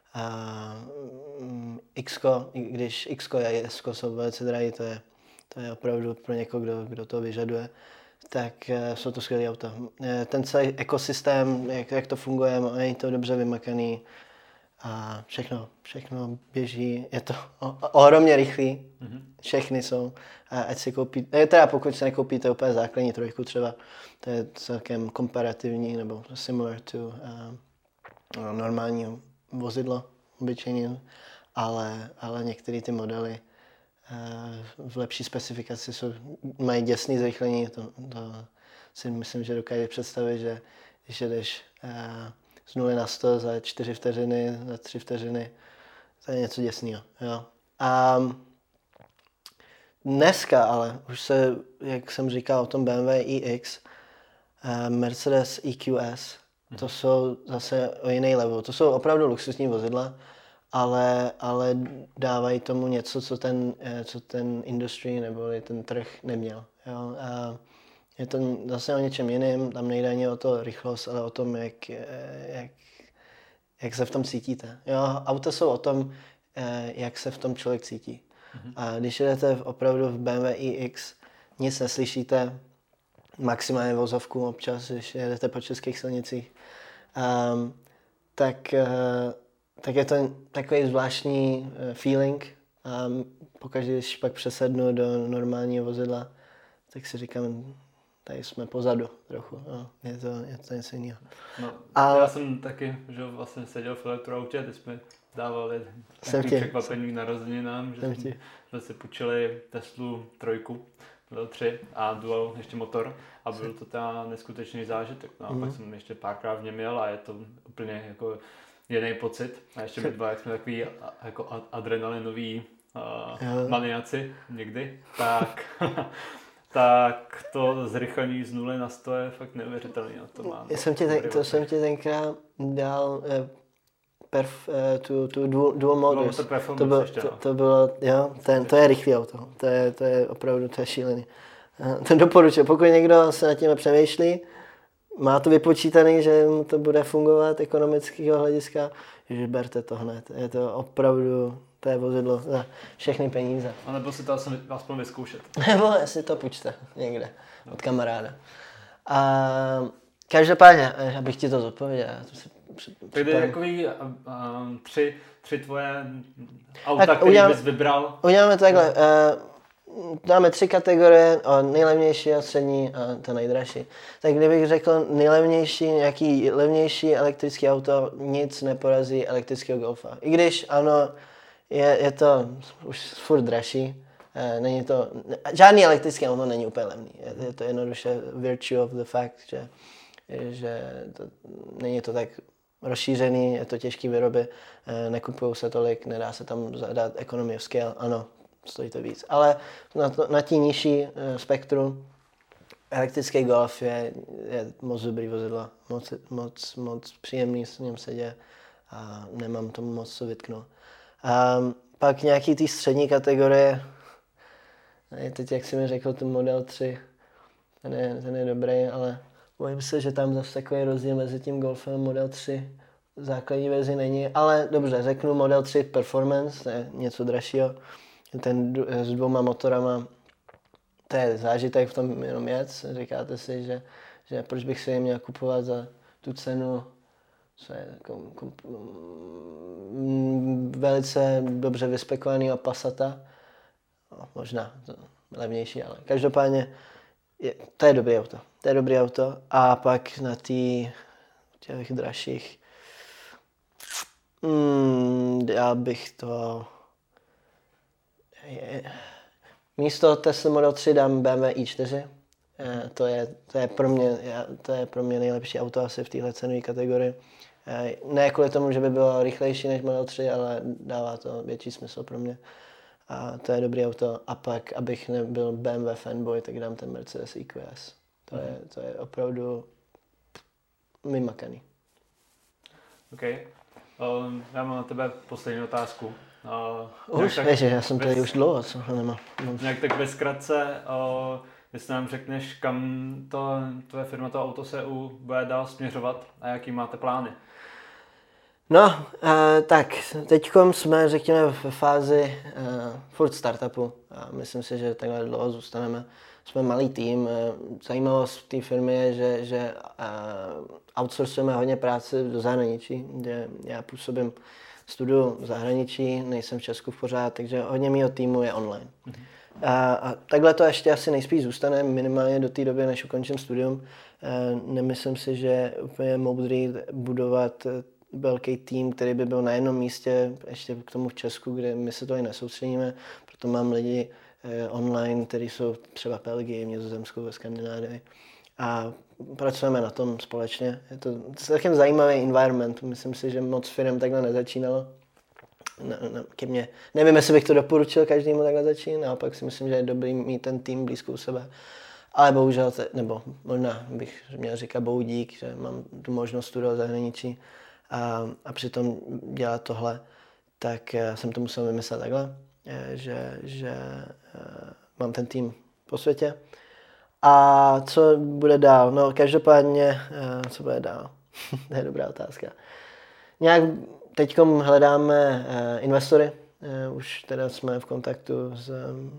Xko, i když Xko a Jesko jsou velice drahý, to je opravdu pro někoho, kdo to vyžaduje, tak jsou to skvělé auta. Ten celý ekosystém, jak to funguje, je to dobře vymakaný a všechno běží, je to ohromně rychlý, všechny jsou. Ať si koupí, teda pokud si nekoupíte úplně základní trojku třeba, to je celkem komparativní nebo similar to normální vozidlo obyčejně, ale některé ty modely v lepší specifikaci mají děsný zrychlení, to si myslím, že dokáže představit, že když jedeš z 0 na 100 za 4 vteřiny, za 3 vteřiny, to je něco děsného. Jo. A dneska ale už se, jak jsem říkal o tom BMW iX, Mercedes EQS, to jsou zase o jiný level, to jsou opravdu luxusní vozidla, ale dávají tomu něco, co ten industry nebo ten trh neměl. Jo. Je to zase o něčem jiném, tam nejde ani o to rychlost, ale o tom, jak se v tom cítíte. Jo, auta jsou o tom, jak se v tom člověk cítí. A když jedete opravdu v BMW iX, nic neslyšíte, maximálně vozovku občas, když jedete po českých silnicích, tak je to takový zvláštní feeling. Pokaždé, když pak přesednu do normálního vozidla, tak si říkám, tady jsme pozadu trochu, no, je to něco jiného. No, já jsem taky, že vlastně seděl v elektroautě, ty jsme dávali překvapení narozeninám, že jsme si půjčili Teslu 3, Model 3 a dual ještě motor a byl to teda neskutečný zážitek. No a pak jsem ještě párkrát v něm jel a je to úplně jako jiný pocit. A ještě my dva, jak jsme takový jako adrenalinový maniaci někdy, tak to zrychlení z 0 na 100 je fakt neuvěřitelný. To mám. Jsem ti tenkrát dal tu dual modus. To bylo, jo, to je rychlé auto. To je opravdu, to je šílený. Ten doporučuji, pokud někdo se nad tím přemýšlí, má to vypočítaný, že mu to bude fungovat ekonomického hlediska, že berte to hned. Je to opravdu, to je vozidlo za všechny peníze. A nebo si to aspoň vyzkoušet. Nebo si to půjčte někde od kamaráda. A každopádně, abych ti to zodpověděl. Tak je takový tři tvoje auta, který bys vybral. Uděláme to takhle. Dáme 3 kategorie, nejlevnější a střední a to nejdražší. Tak kdybych řekl nejlevnější, nějaký levnější elektrický auto, nic neporazí elektrického Golfa. I když ano, je to už furt dražší. Není to, žádný elektrický auto není úplně levný. Je to jednoduše virtue of the fact, že není to tak rozšířený, je to těžký výroby, nekupují se tolik, nedá se tam zadat economy of scale, ano, stojí to víc. Ale na tí nižší spektru elektrický Golf je moc dobrý vozidlo, moc příjemný s ním sedět a nemám tomu moc co vytknout. Pak nějaký ty střední kategorie, teď jak jsi mi řekl, tu Model 3, ten je dobrý, ale bojím se, že tam zase takový rozdíl mezi tím Golfem a Model 3 základní verzi není, ale dobře, řeknu Model 3 Performance, to je něco dražšího, ten s 2 motorama, to je zážitek v tom jenom jet, říkáte si, že proč bych si je měl kupovat za tu cenu, co je velice dobře vyspekovaného Passata, no, možná levnější, ale každopádně to je dobré auto. To je dobré auto. A pak na těch dražších já bych to místo Tesla Model 3 dám BMW i4. To je pro mě nejlepší auto asi v téhle cenové kategorii. Ne kvůli tomu, že by bylo rychlejší než Model 3, ale dává to větší smysl pro mě. A to je dobrý auto. A pak, abych nebyl BMW fanboy, tak dám ten Mercedes EQS. To je opravdu vymakaný. OK. Já mám na tebe poslední otázku. Já jsem tady už dlouho, co nemám. Nějak tak ve zkratce, jestli nám řekneš, kam tvoje firma, to AutoSEU bude dál směřovat a jaký máte plány? No, tak teďkom jsme, řekněme, v fázi furt startupu a myslím si, že takhle dlouho zůstaneme. Jsme malý tým. Zajímavost v té firmy je, že outsourcujeme hodně práce do zahraničí, kde já působím, studuju v zahraničí, nejsem v Česku pořád, takže hodně mýho týmu je online. A takhle to ještě asi nejspíš zůstane, minimálně do té doby, než ukončím studium. Nemyslím si, že je úplně moudrý budovat velký tým, který by byl na jednom místě, ještě k tomu v Česku, kde my se to i nesoustředíme, proto mám lidi online, kteří jsou třeba v Belgii, v Nizozemsku, ve Skandinávii a pracujeme na tom společně. Je to celkem zajímavý environment, myslím si, že moc firm takhle nezačínalo. Ke mně. Nevím, jestli bych to doporučil každému takhle začít, naopak si myslím, že je dobrý mít ten tým blízko u sebe. Ale bohužel, nebo možná bych měl říkat bohu dík, že mám tu možnost studovat v zahraničí a přitom dělat tohle, tak jsem to musel vymyslet takhle, že mám ten tým po světě A co bude dál? No každopádně, co bude dál? To je dobrá otázka. Nějak teďkom hledáme investory. Už teda jsme v kontaktu s,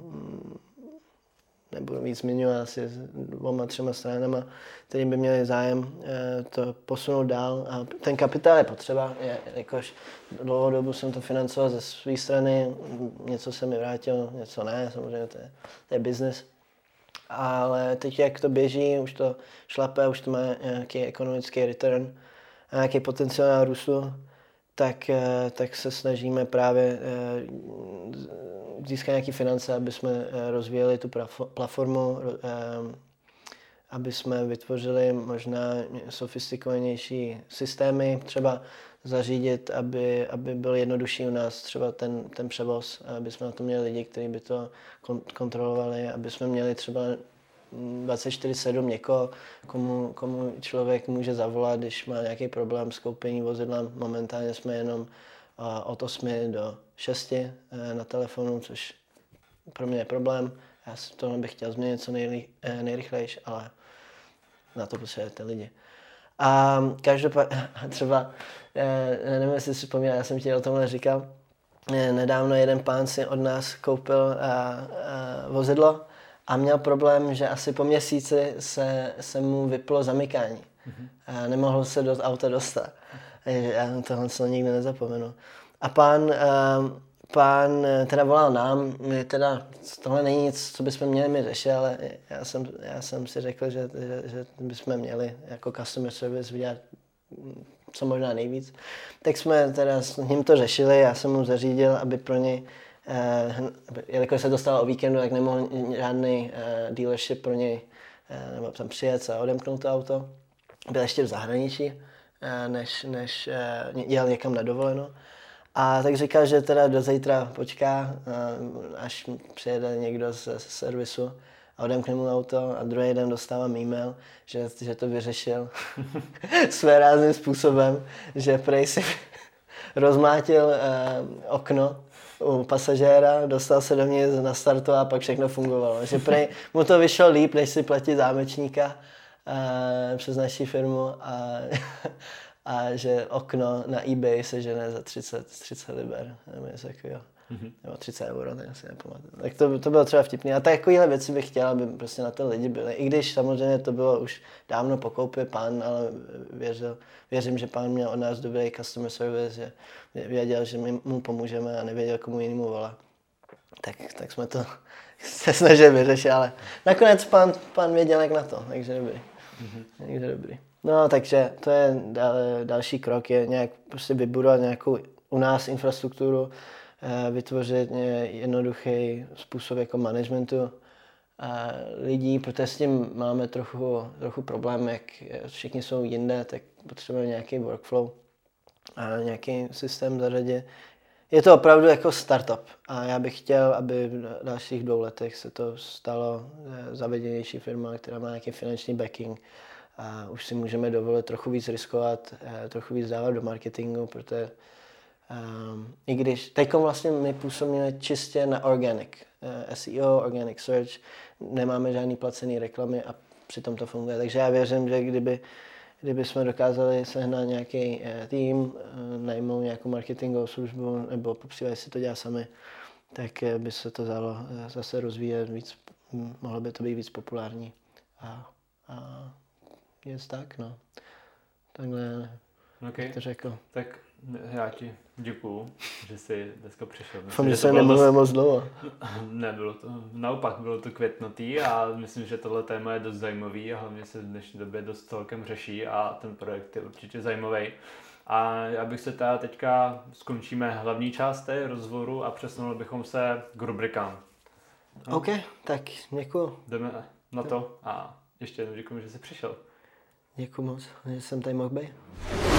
nebudu víc zmiňovat, asi s 2-3 stranama, který by měli zájem to posunout dál. A ten kapitál je potřeba, jakož dlouhou dobu jsem to financoval ze své strany, něco se mi vrátilo, něco ne, samozřejmě to je business. Ale teď, jak to běží, už to šlape, už to má nějaký ekonomický return, nějaký potenciál růstu, tak se snažíme právě získat nějaké finance, aby jsme rozvíjeli tu platformu, aby jsme vytvořili možná sofistikovanější systémy, třeba zařídit, aby byl jednodušší u nás třeba ten převoz, aby jsme na to měli lidi, kteří by to kontrolovali, aby jsme měli třeba 24/7 někoho, komu člověk může zavolat, když má nějaký problém s koupením vozidla. Momentálně jsme jenom od 8 do 6 na telefonu, což pro mě je problém. Já tohle bych chtěl změnit co nejrychlejší, ale na to potřebujete lidi. A každopádně třeba, nevím, jestli si vzpomínám, já jsem ti o tomhle říkal, nedávno jeden pán si od nás koupil vozidlo a měl problém, že asi po měsíci se mu vyplo zamykání. A nemohl se do auta dostat. Já tohle nikdy nezapomenu. A pán teda volal nám, tohle není nic, co bychom měli mi řešit, ale já jsem si řekl, že bychom měli jako customer service vydělat co možná nejvíc. Tak jsme teda s ním to řešili, já jsem mu zařídil, aby pro něj, jelikož se dostal o víkendu, tak nemohl žádný dealership pro něj nebo tam přijet a odemknout to auto. Byl ještě v zahraničí, než jel někam na dovolenou. A tak říkal, že teda do zítra počká, až přijede někdo z servisu a odemkne mu auto a druhý den dostávám e-mail, že to vyřešil své rázným způsobem, že prej si rozmátil okno u pasažéra, dostal se do mě na startu a pak všechno fungovalo. Že prej mu to vyšlo líp, než si platit zámečníka přes naši firmu a že okno na eBay se žene za 30 liber, nebo něco takového. Nebo 30 euro, tak si nepamatuju. Tak to bylo třeba vtipný. A takovéhle věci bych chtěla, aby prostě na to lidi byli. I když samozřejmě to bylo už dávno po koupi pán, ale věřím, že pán měl od nás dobrý customer service, že věděl, že my mu pomůžeme a nevěděl, komu jinému volá. Tak jsme to se snažili vyřešit, ale nakonec pán věděl, jak na to, takže dobrý. Takže dobrý. No, takže to je další krok, je nějak prostě vybudovat nějakou u nás infrastrukturu, vytvořit jednoduchý způsob jako managementu lidí, protože s tím máme trochu problém, jak všichni jsou jinde, tak potřebujeme nějaký workflow a nějaký systém zařadit. Je to opravdu jako startup a já bych chtěl, aby v dalších 2 letech se to stalo zavedenější firma, která má nějaký finanční backing a už si můžeme dovolit trochu víc riskovat, trochu víc dávat do marketingu, protože i když teďkom vlastně my působíme čistě na organic, SEO, organic search, nemáme žádný placený reklamy a přitom to funguje. Takže já věřím, že kdyby jsme dokázali sehnat nějaký tým, najmout nějakou marketingovou službu nebo popřípadě si to dělat sami, tak by se to dalo zase rozvíjet víc, mohlo by to být víc populární. A je tak, no. Takhle to řekl. Tak já ti děkuju, že jsi dneska přišel. Myslím, že se nemluvíme moc dlouho. Nebylo to, naopak bylo to květnatý a myslím, že tohle téma je dost zajímavý a hlavně se v dnešní době dost celkem řeší a ten projekt je určitě zajímavý. A já bych se teda teďka skončíme hlavní část té rozhovoru a přesunuli bychom se k rubrikám. No. OK, tak děkuju. Jdeme na to a ještě jednou děkuji, že jsi přišel. Děkuju moc, že jsem tady mohl být.